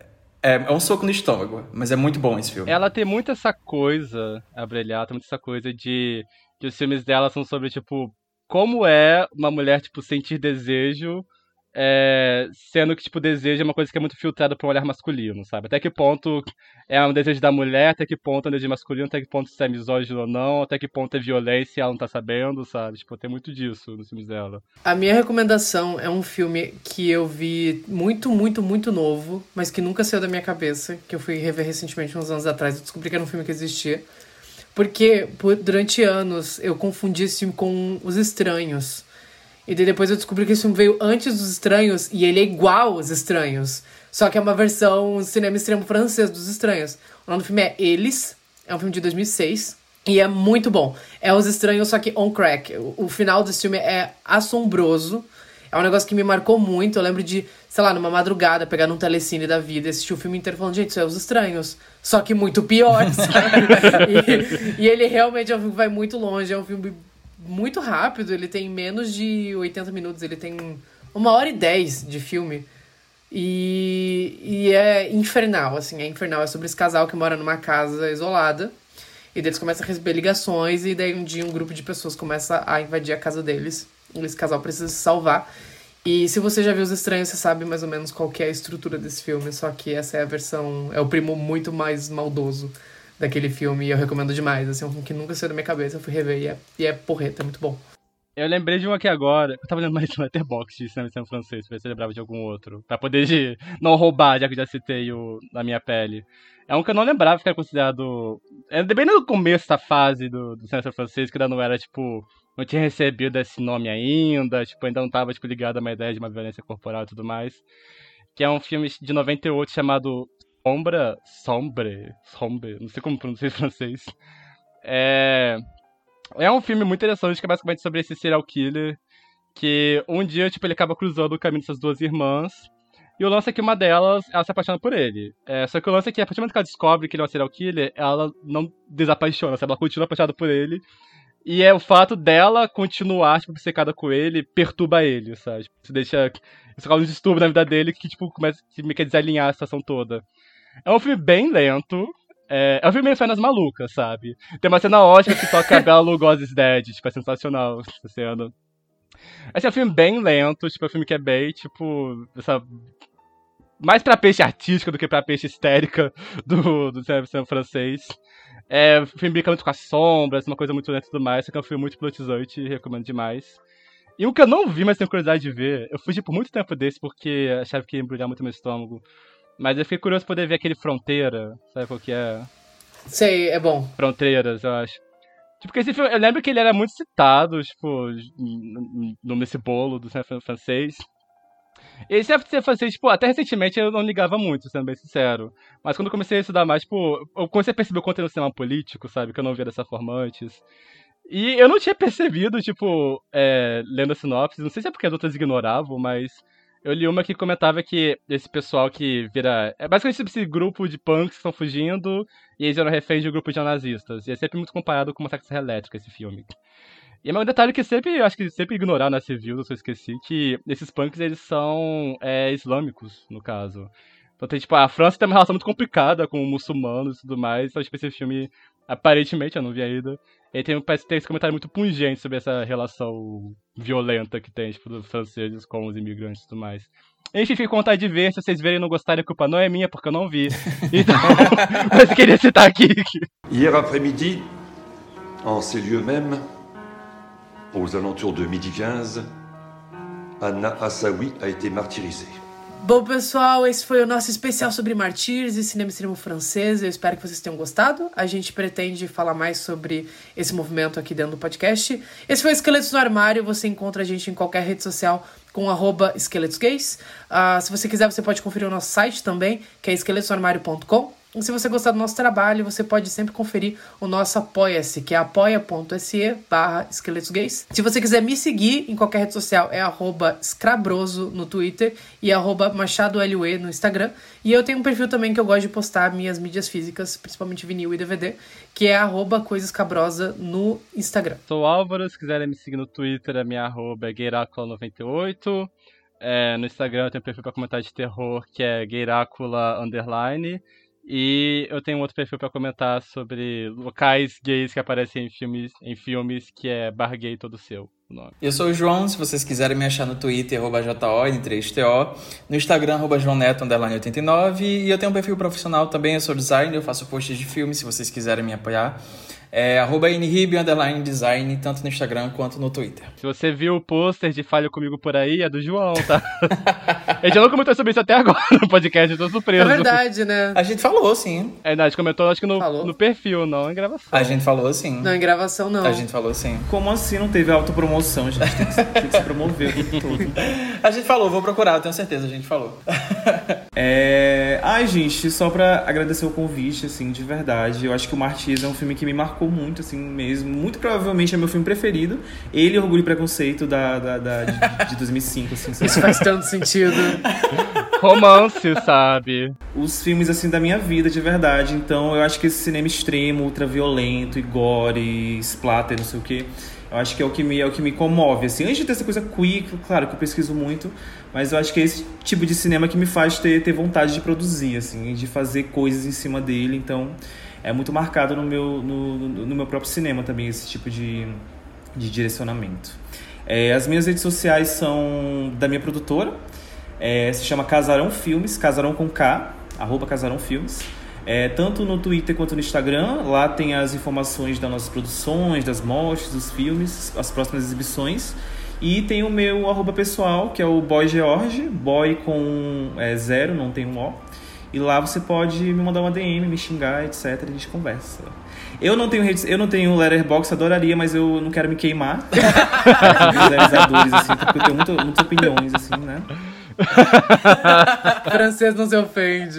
É, é um soco no estômago, mas é muito bom esse filme. Ela tem muito essa coisa, a Brilhar, tem muito essa coisa de que os filmes dela são sobre, tipo, como é uma mulher, tipo, sentir desejo, é, sendo que, tipo, desejo é uma coisa que é muito filtrada por um olhar masculino, sabe? Até que ponto é um desejo da mulher, até que ponto é um desejo masculino, até que ponto isso é misógino ou não, até que ponto é violência e ela não tá sabendo, sabe? Tipo, tem muito disso nos filmes dela. A minha recomendação é um filme que eu vi muito, muito, muito novo, mas que nunca saiu da minha cabeça, que eu fui rever recentemente, uns anos atrás, eu descobri que era um filme que existia. Porque por, durante anos eu confundi esse filme com Os Estranhos. E daí depois eu descobri que esse filme veio antes dos Estranhos e ele é igual aos Estranhos. Só que é uma versão cinema extremo francês dos Estranhos. O nome do filme é Eles, é um filme de dois mil e seis e é muito bom. É Os Estranhos, só que on crack. O, o final desse filme é assombroso. É um negócio que me marcou muito. Eu lembro de, sei lá, numa madrugada, pegar num telecine da vida e assistir o filme inteiro falando, gente, isso é Os Estranhos. Só que muito pior, sabe? e, e ele realmente é um filme que vai muito longe. É um filme muito rápido. Ele tem menos de oitenta minutos. Ele tem uma hora e dez de filme. E, e é infernal, assim. É infernal. É sobre esse casal que mora numa casa isolada. E daí eles começam a receber ligações. E daí um dia um grupo de pessoas começa a invadir a casa deles. Esse casal precisa se salvar. E se você já viu Os Estranhos, você sabe mais ou menos qual que é a estrutura desse filme. Só que essa é a versão... É o primo muito mais maldoso daquele filme. E eu recomendo demais. Assim, é um filme que nunca saiu da minha cabeça. Eu fui rever e é, e é porreta, é muito bom. Eu lembrei de um aqui agora. Eu tava lendo mais no Letterboxd de cinema em francês, pra ver se eu lembrava de algum outro. Pra poder de não roubar, já que eu já citei o Na Minha Pele. É um que eu não lembrava que era considerado... É bem no começo da fase do, do cinema francês, que ainda não era, tipo... Não tinha recebido esse nome ainda, tipo, ainda não tava, tipo, ligado a uma ideia de uma violência corporal e tudo mais. Que é um filme de noventa e oito chamado Sombra... Sombre? Sombre? Não sei como pronunciar em francês. É... É um filme muito interessante, que é basicamente sobre esse serial killer, que um dia, tipo, ele acaba cruzando o caminho dessas duas irmãs, e o lance é que uma delas, ela se apaixona por ele. É, só que o lance é que, a partir do momento que ela descobre que ele é um serial killer, ela não desapaixona, sabe? Ela continua apaixonada por ele, e é o fato dela continuar, tipo, obcecada com ele, perturba ele, sabe? Isso deixa... Isso causa um distúrbio na vida dele que, tipo, começa a meio que desalinhar a situação toda. É um filme bem lento. É, é um filme meio Fenas Malucas, sabe? Tem uma cena ótima que toca Bela Lugosi's Dead, tipo, é sensacional essa cena. Esse é um filme bem lento, tipo, é um filme que é bem, tipo, essa... mais pra peixe artística do que pra peixe histérica do, do cinema francês. É, o filme brinca muito com as sombras, uma coisa muito lenta e tudo mais, só que é um filme muito hipnotizante, recomendo demais. E um que eu não vi, mas tenho curiosidade de ver, eu fugi por muito tempo desse porque achava que ia embrulhar muito meu estômago. Mas eu fiquei curioso poder ver aquele Fronteira, sabe qual que é? Sei, é bom. Fronteiras, eu acho. Tipo, porque esse filme, eu lembro que ele era muito citado, tipo, nesse bolo do cinema francês. E esse cinema francês, tipo, até recentemente eu não ligava muito, sendo bem sincero. Mas quando eu comecei a estudar mais, tipo, eu comecei a perceber o conteúdo do cinema político, sabe? Que eu não via dessa forma antes. E eu não tinha percebido, tipo, é, lendo a sinopse, não sei se é porque as outras ignoravam, mas... Eu li uma que comentava que esse pessoal que vira... É basicamente esse grupo de punks que estão fugindo e eles eram reféns de um grupo de neonazistas. E é sempre muito comparado com uma Massacre Elétrica, esse filme. E é um detalhe que sempre, acho que sempre ignoraram na civil, eu só esqueci, que esses punks, eles são é, islâmicos, no caso. Então tem, tipo, a França tem uma relação muito complicada com muçulmanos e tudo mais, então, tipo, esse filme, aparentemente, eu não vi ainda, ele tem, parece ter esse comentário muito pungente sobre essa relação violenta que tem, tipo, dos franceses com os imigrantes e tudo mais. Enfim, fico com vontade de ver, se vocês verem e não gostarem, a culpa não é minha, porque eu não vi. Então, mas eu queria citar aqui. Hier après-midi, en ces lieux mêmes, aux alentours de midi quinze, Anna Assaoui a été martyrisée. Bom, pessoal, esse foi o nosso especial sobre mártires e cinema extremo francês. Eu espero que vocês tenham gostado. A gente pretende falar mais sobre esse movimento aqui dentro do podcast. Esse foi o Esqueletos no Armário. Você encontra a gente em qualquer rede social com arroba esqueletosgays. Uh, se você quiser, você pode conferir o nosso site também, que é esqueletos no armário ponto com. E se você gostar do nosso trabalho, você pode sempre conferir o nosso Apoia-se, que é apoia.se barra esqueletosgays. Se você quiser me seguir em qualquer rede social, é arroba escrabroso no Twitter e arroba machadolue no Instagram. E eu tenho um perfil também que eu gosto de postar minhas mídias físicas, principalmente vinil e D V D, que é arroba coisascabrosa no Instagram. Sou o Álvaro, se quiserem me seguir no Twitter, a minha arroba é gueiracola noventa e oito. É, no Instagram eu tenho um perfil pra comentar de terror que é Gayrácula Underline. E eu tenho um outro perfil pra comentar sobre locais gays que aparecem em filmes, em filmes que é Bar Gay Todo Seu. O nome. Eu sou o João, se vocês quiserem me achar no Twitter, arroba J O N três T O, no Instagram, arroba João Neto, underline oitenta e nove, e eu tenho um perfil profissional também, eu sou designer, eu faço posts de filmes, se vocês quiserem me apoiar. É arroba nrib, underline design, tanto no Instagram quanto no Twitter. Se você viu o pôster de Falha Comigo Por Aí, é do João, tá? A gente não comentou sobre isso até agora no podcast, eu tô surpreso. É verdade, né? A gente falou, sim. É, não, a gente comentou, acho que no, no perfil, não em gravação. A gente falou, sim. Não, em gravação, não. A gente falou, sim. Como assim não teve autopromoção, gente? Tem que, se- tem que se promover o tempo todo. A gente falou, vou procurar, eu tenho certeza, a gente falou. É... Ai, gente, só pra agradecer o convite, assim, de verdade. Eu acho que o Martyrs é um filme que me marcou muito, assim, mesmo. Muito provavelmente é meu filme preferido. Ele, Orgulho e Preconceito, da, da, da, de, de dois mil e cinco, assim. Isso faz tanto sentido. Romance, sabe? Os filmes, assim, da minha vida, de verdade. Então, eu acho que esse cinema extremo, ultraviolento, e gore, e splatter, não sei o quê, eu acho que é o que me, é o que me comove, assim. Antes de ter essa coisa queer, claro que eu pesquiso muito, mas eu acho que é esse tipo de cinema que me faz ter, ter vontade de produzir, assim, de fazer coisas em cima dele. Então, é muito marcado no meu, no, no, no meu próprio cinema também, esse tipo de, de direcionamento. É, as minhas redes sociais são da minha produtora, é, se chama Casarão Filmes, Casarão com K, arroba Casarão Filmes. É, tanto no Twitter quanto no Instagram, lá tem as informações das nossas produções, das mostras, dos filmes, as próximas exibições. E tem o meu arroba pessoal, que é o Boy George, boy com é, zero, não tem um O. E lá você pode me mandar uma D M, me xingar, etcétera. A gente conversa. Eu não tenho redes, eu não tenho Letterboxd, adoraria, mas eu não quero me queimar. Os realizadores, assim, porque eu tenho muito, muitas opiniões, assim, né? Francês não se ofende.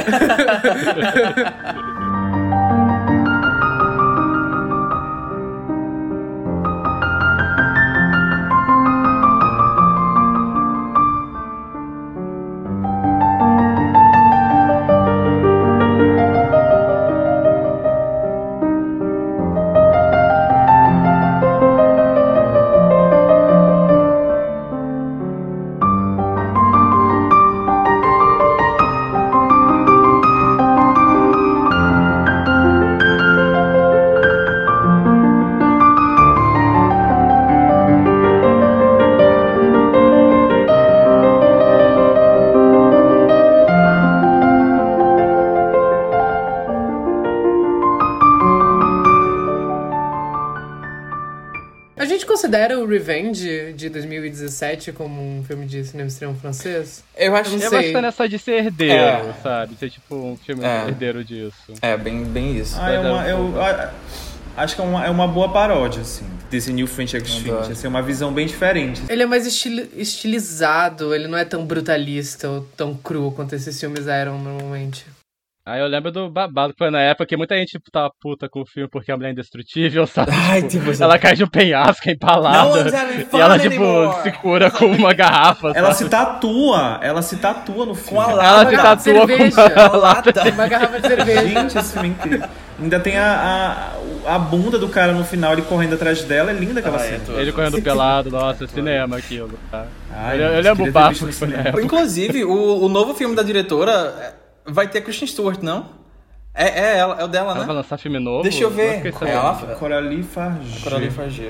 Considera o Revenge de dois mil e dezessete como um filme de cinema extremo francês? Eu acho, eu eu acho que tá nessa de ser herdeiro, É. sabe? Ser tipo um filme É. herdeiro disso. É, bem, bem isso. Ah, é uma, eu, a- acho que é uma, é uma boa paródia, assim, desse New French Extreme. Adoro. Assim, é uma visão bem diferente. Ele é mais estili- estilizado, ele não é tão brutalista ou tão cru quanto esses filmes eram normalmente. Aí eu lembro do babado que foi na época que muita gente tipo, tava puta com o filme porque a mulher é indestrutível, sabe? Ai, Tipo, tipo, ela cai de um penhasco empalada. No one's having fun E ela, tipo, anymore. se cura com uma garrafa. Ela sabe? se tatua, ela se tatua no filme. Com a Ela lata. se garrafa de tatua com cerveja. uma lata. Uma garrafa de cerveja. Gente, esse filme é incrível. Ainda tem a, a, a bunda do cara no final, ele correndo atrás dela. É linda aquela Ah, é, cena. tô- Ele correndo pelado, nossa, cinema aquilo, tá? Ai, eu, eu gente, lembro queria o ter bafo visto que no foi na cinema. época. Inclusive, o, o novo filme da diretora vai ter Kristen Stewart, não? É, é, ela, é o dela, Ela vai né? lançar filme novo? Deixa eu ver. Não fiquei sabendo. Ela- Coralie Farge. Coralie Farge.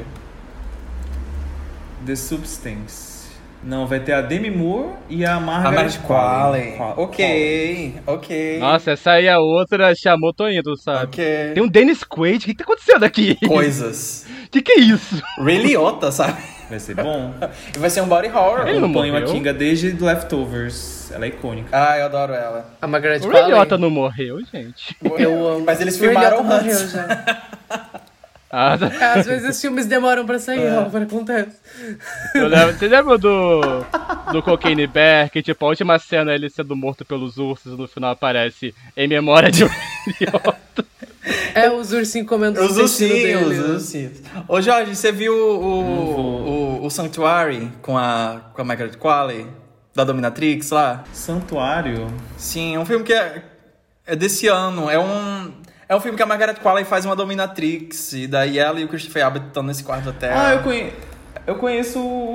The Substance. Não, vai ter a Demi Moore e a A Margaret Margaret Qualley. Qualley. Ok, ok. Nossa, essa aí a outra chamou, tô indo, sabe? Ok. Tem um Dennis Quaid, o que, que tá acontecendo aqui? Coisas. O que, que é isso? Ray Liotta, sabe? Vai ser bom. E vai ser um body horror. Ele não Acompanho a morreu? Kinga desde Leftovers. Ela é icônica. Ah, eu adoro ela. A Margaret O Ray Qualley. Liotta não morreu, gente. Eu amo. Mas eles O Ray filmaram Liotta antes. morreu já. Ah, Às vezes os filmes demoram pra sair, É. Álvaro, acontece. eu lembro, você lembra do, do Cocaine Bear, que tipo, a última cena é ele sendo morto pelos ursos e no final aparece em memória de um Liotta. É os ursinhos comendo Os o intestino ursinhos, dele. os ursinhos. Ô Jorge, você viu o, o, o Sanctuary com a, com a Margaret Qualley? Da Dominatrix lá? Santuário. Sim, é um filme que é, é desse ano. É um, é um filme que a Margaret Qualley faz uma Dominatrix. E daí ela e o Christopher Abbott estão nesse quarto hotel. Ah, eu, conhe... eu conheço o,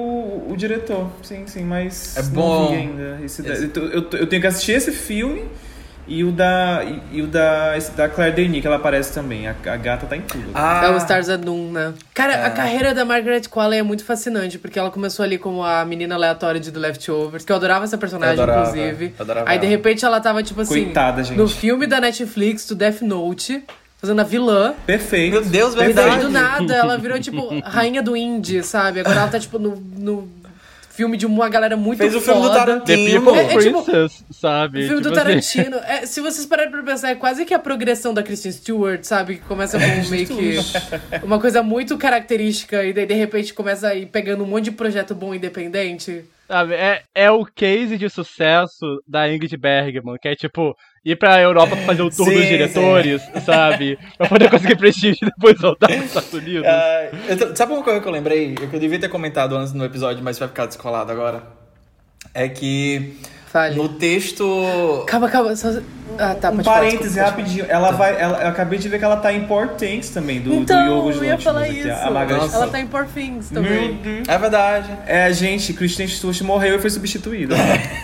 o, o diretor, sim, sim, mas É não bom. vi ainda. Esse da- Esse- eu, eu, eu tenho que assistir esse filme e o da, e, e o da, esse da Claire Denis, que ela aparece também. A, a gata tá em tudo. Ah, É o Stars Adum, né? Cara, É. a carreira da Margaret Qualley é muito fascinante, porque ela começou ali como a menina aleatória de The Leftovers, que eu adorava essa personagem, Eu adorava, inclusive. eu adorava Aí, de ela. repente, ela tava, tipo assim, Coitada, gente. no filme da Netflix, do Death Note, fazendo a vilã. Perfeito. Meu Deus, E daí, verdade. do nada, ela virou, tipo, rainha do indie, sabe? Agora ela tá, tipo, no, no filme de uma galera muito Fez o foda. filme do The Tarantino. People É, é tipo- Princess, sabe? O filme do Tipo assim. Tarantino. É, se vocês pararem pra pensar, é quase que a progressão da Kristen Stewart, sabe? Que começa como meio que uma coisa muito característica e daí de repente começa a ir pegando um monte de projeto bom independente. Sabe, é, é o case de sucesso da Ingrid Bergman, que é tipo, ir pra Europa pra fazer o tour Sim, dos diretores, sabe? Pra poder conseguir prestígio e depois voltar pros Estados Unidos. Ah, eu tô- sabe uma coisa que eu lembrei? Que eu devia ter comentado antes no episódio, mas vai ficar descolado agora. É que Fale. no texto. Calma, calma. Só... Ah, tá, Um pode falar, parêntese desculpa, pode rapidinho. Ela vai. Ela, eu acabei de ver que ela tá em Poor Things também, do, Então, do Yorgos eu ia Lanthimos falar aqui, isso. A Margaret Nossa. Ela Qualley. tá em Poor Things Meu também. Deus. É verdade. É, gente, Kristen Stewart morreu e foi substituída.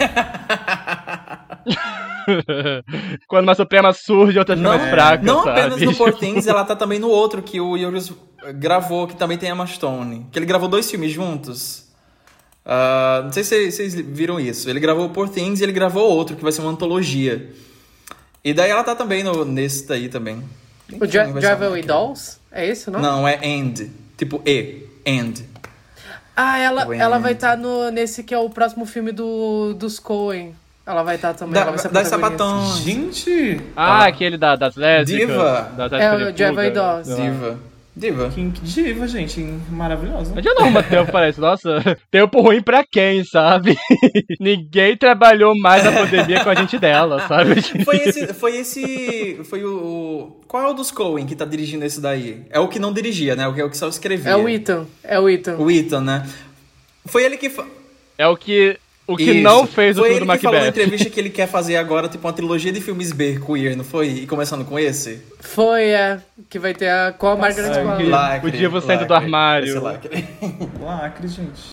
Quando uma Suprema surge, outras ficam Não, mais fracas, não sabe? apenas no Poor Things, ela tá também no outro que o Yorgos gravou, que também tem a Emma Stone. Que ele gravou dois filmes juntos. Ah, não sei se vocês viram isso. Ele gravou o Poor Things e ele gravou outro, que vai ser uma antologia. E daí ela tá também no, nesse daí também. O Dri- Vai ser Drive uma- Away Dolls? É isso, não? Não, é End. Tipo E. End. Ah, ela, When- ela vai estar no nesse que é o próximo filme do, dos Coen. Ela vai estar também. Da, ela vai ser das protagonista. sapatões. Gente, Ah, aquele da, das lésbicas. Diva. Das É, o lésbicas de Drive Away fuga. Dolls. Diva. Diva. que diva, gente. Maravilhosa. Mas de novo, tempo parece. Nossa, tempo ruim pra quem, sabe? Ninguém trabalhou mais na pandemia com a gente dela, sabe? Foi esse. Foi esse. Foi o, o. Qual é o dos Coen que tá dirigindo esse daí? É o que não dirigia, né? O que é o que só escrevia. É o Ethan. É o Ethan. O Ethan, né? Foi ele que. Fa... É o que, o que Isso. não fez o Foi filme ele do que falou na Macbeth. entrevista que ele quer fazer agora, tipo, uma trilogia de filmes B queer, não foi? E começando com esse? Foi, é. Que vai ter a. Qual a Margaret Ai, Qualley? que- Lacre, o Divo saindo do lacre, armário. esse lacre. Lacre, gente.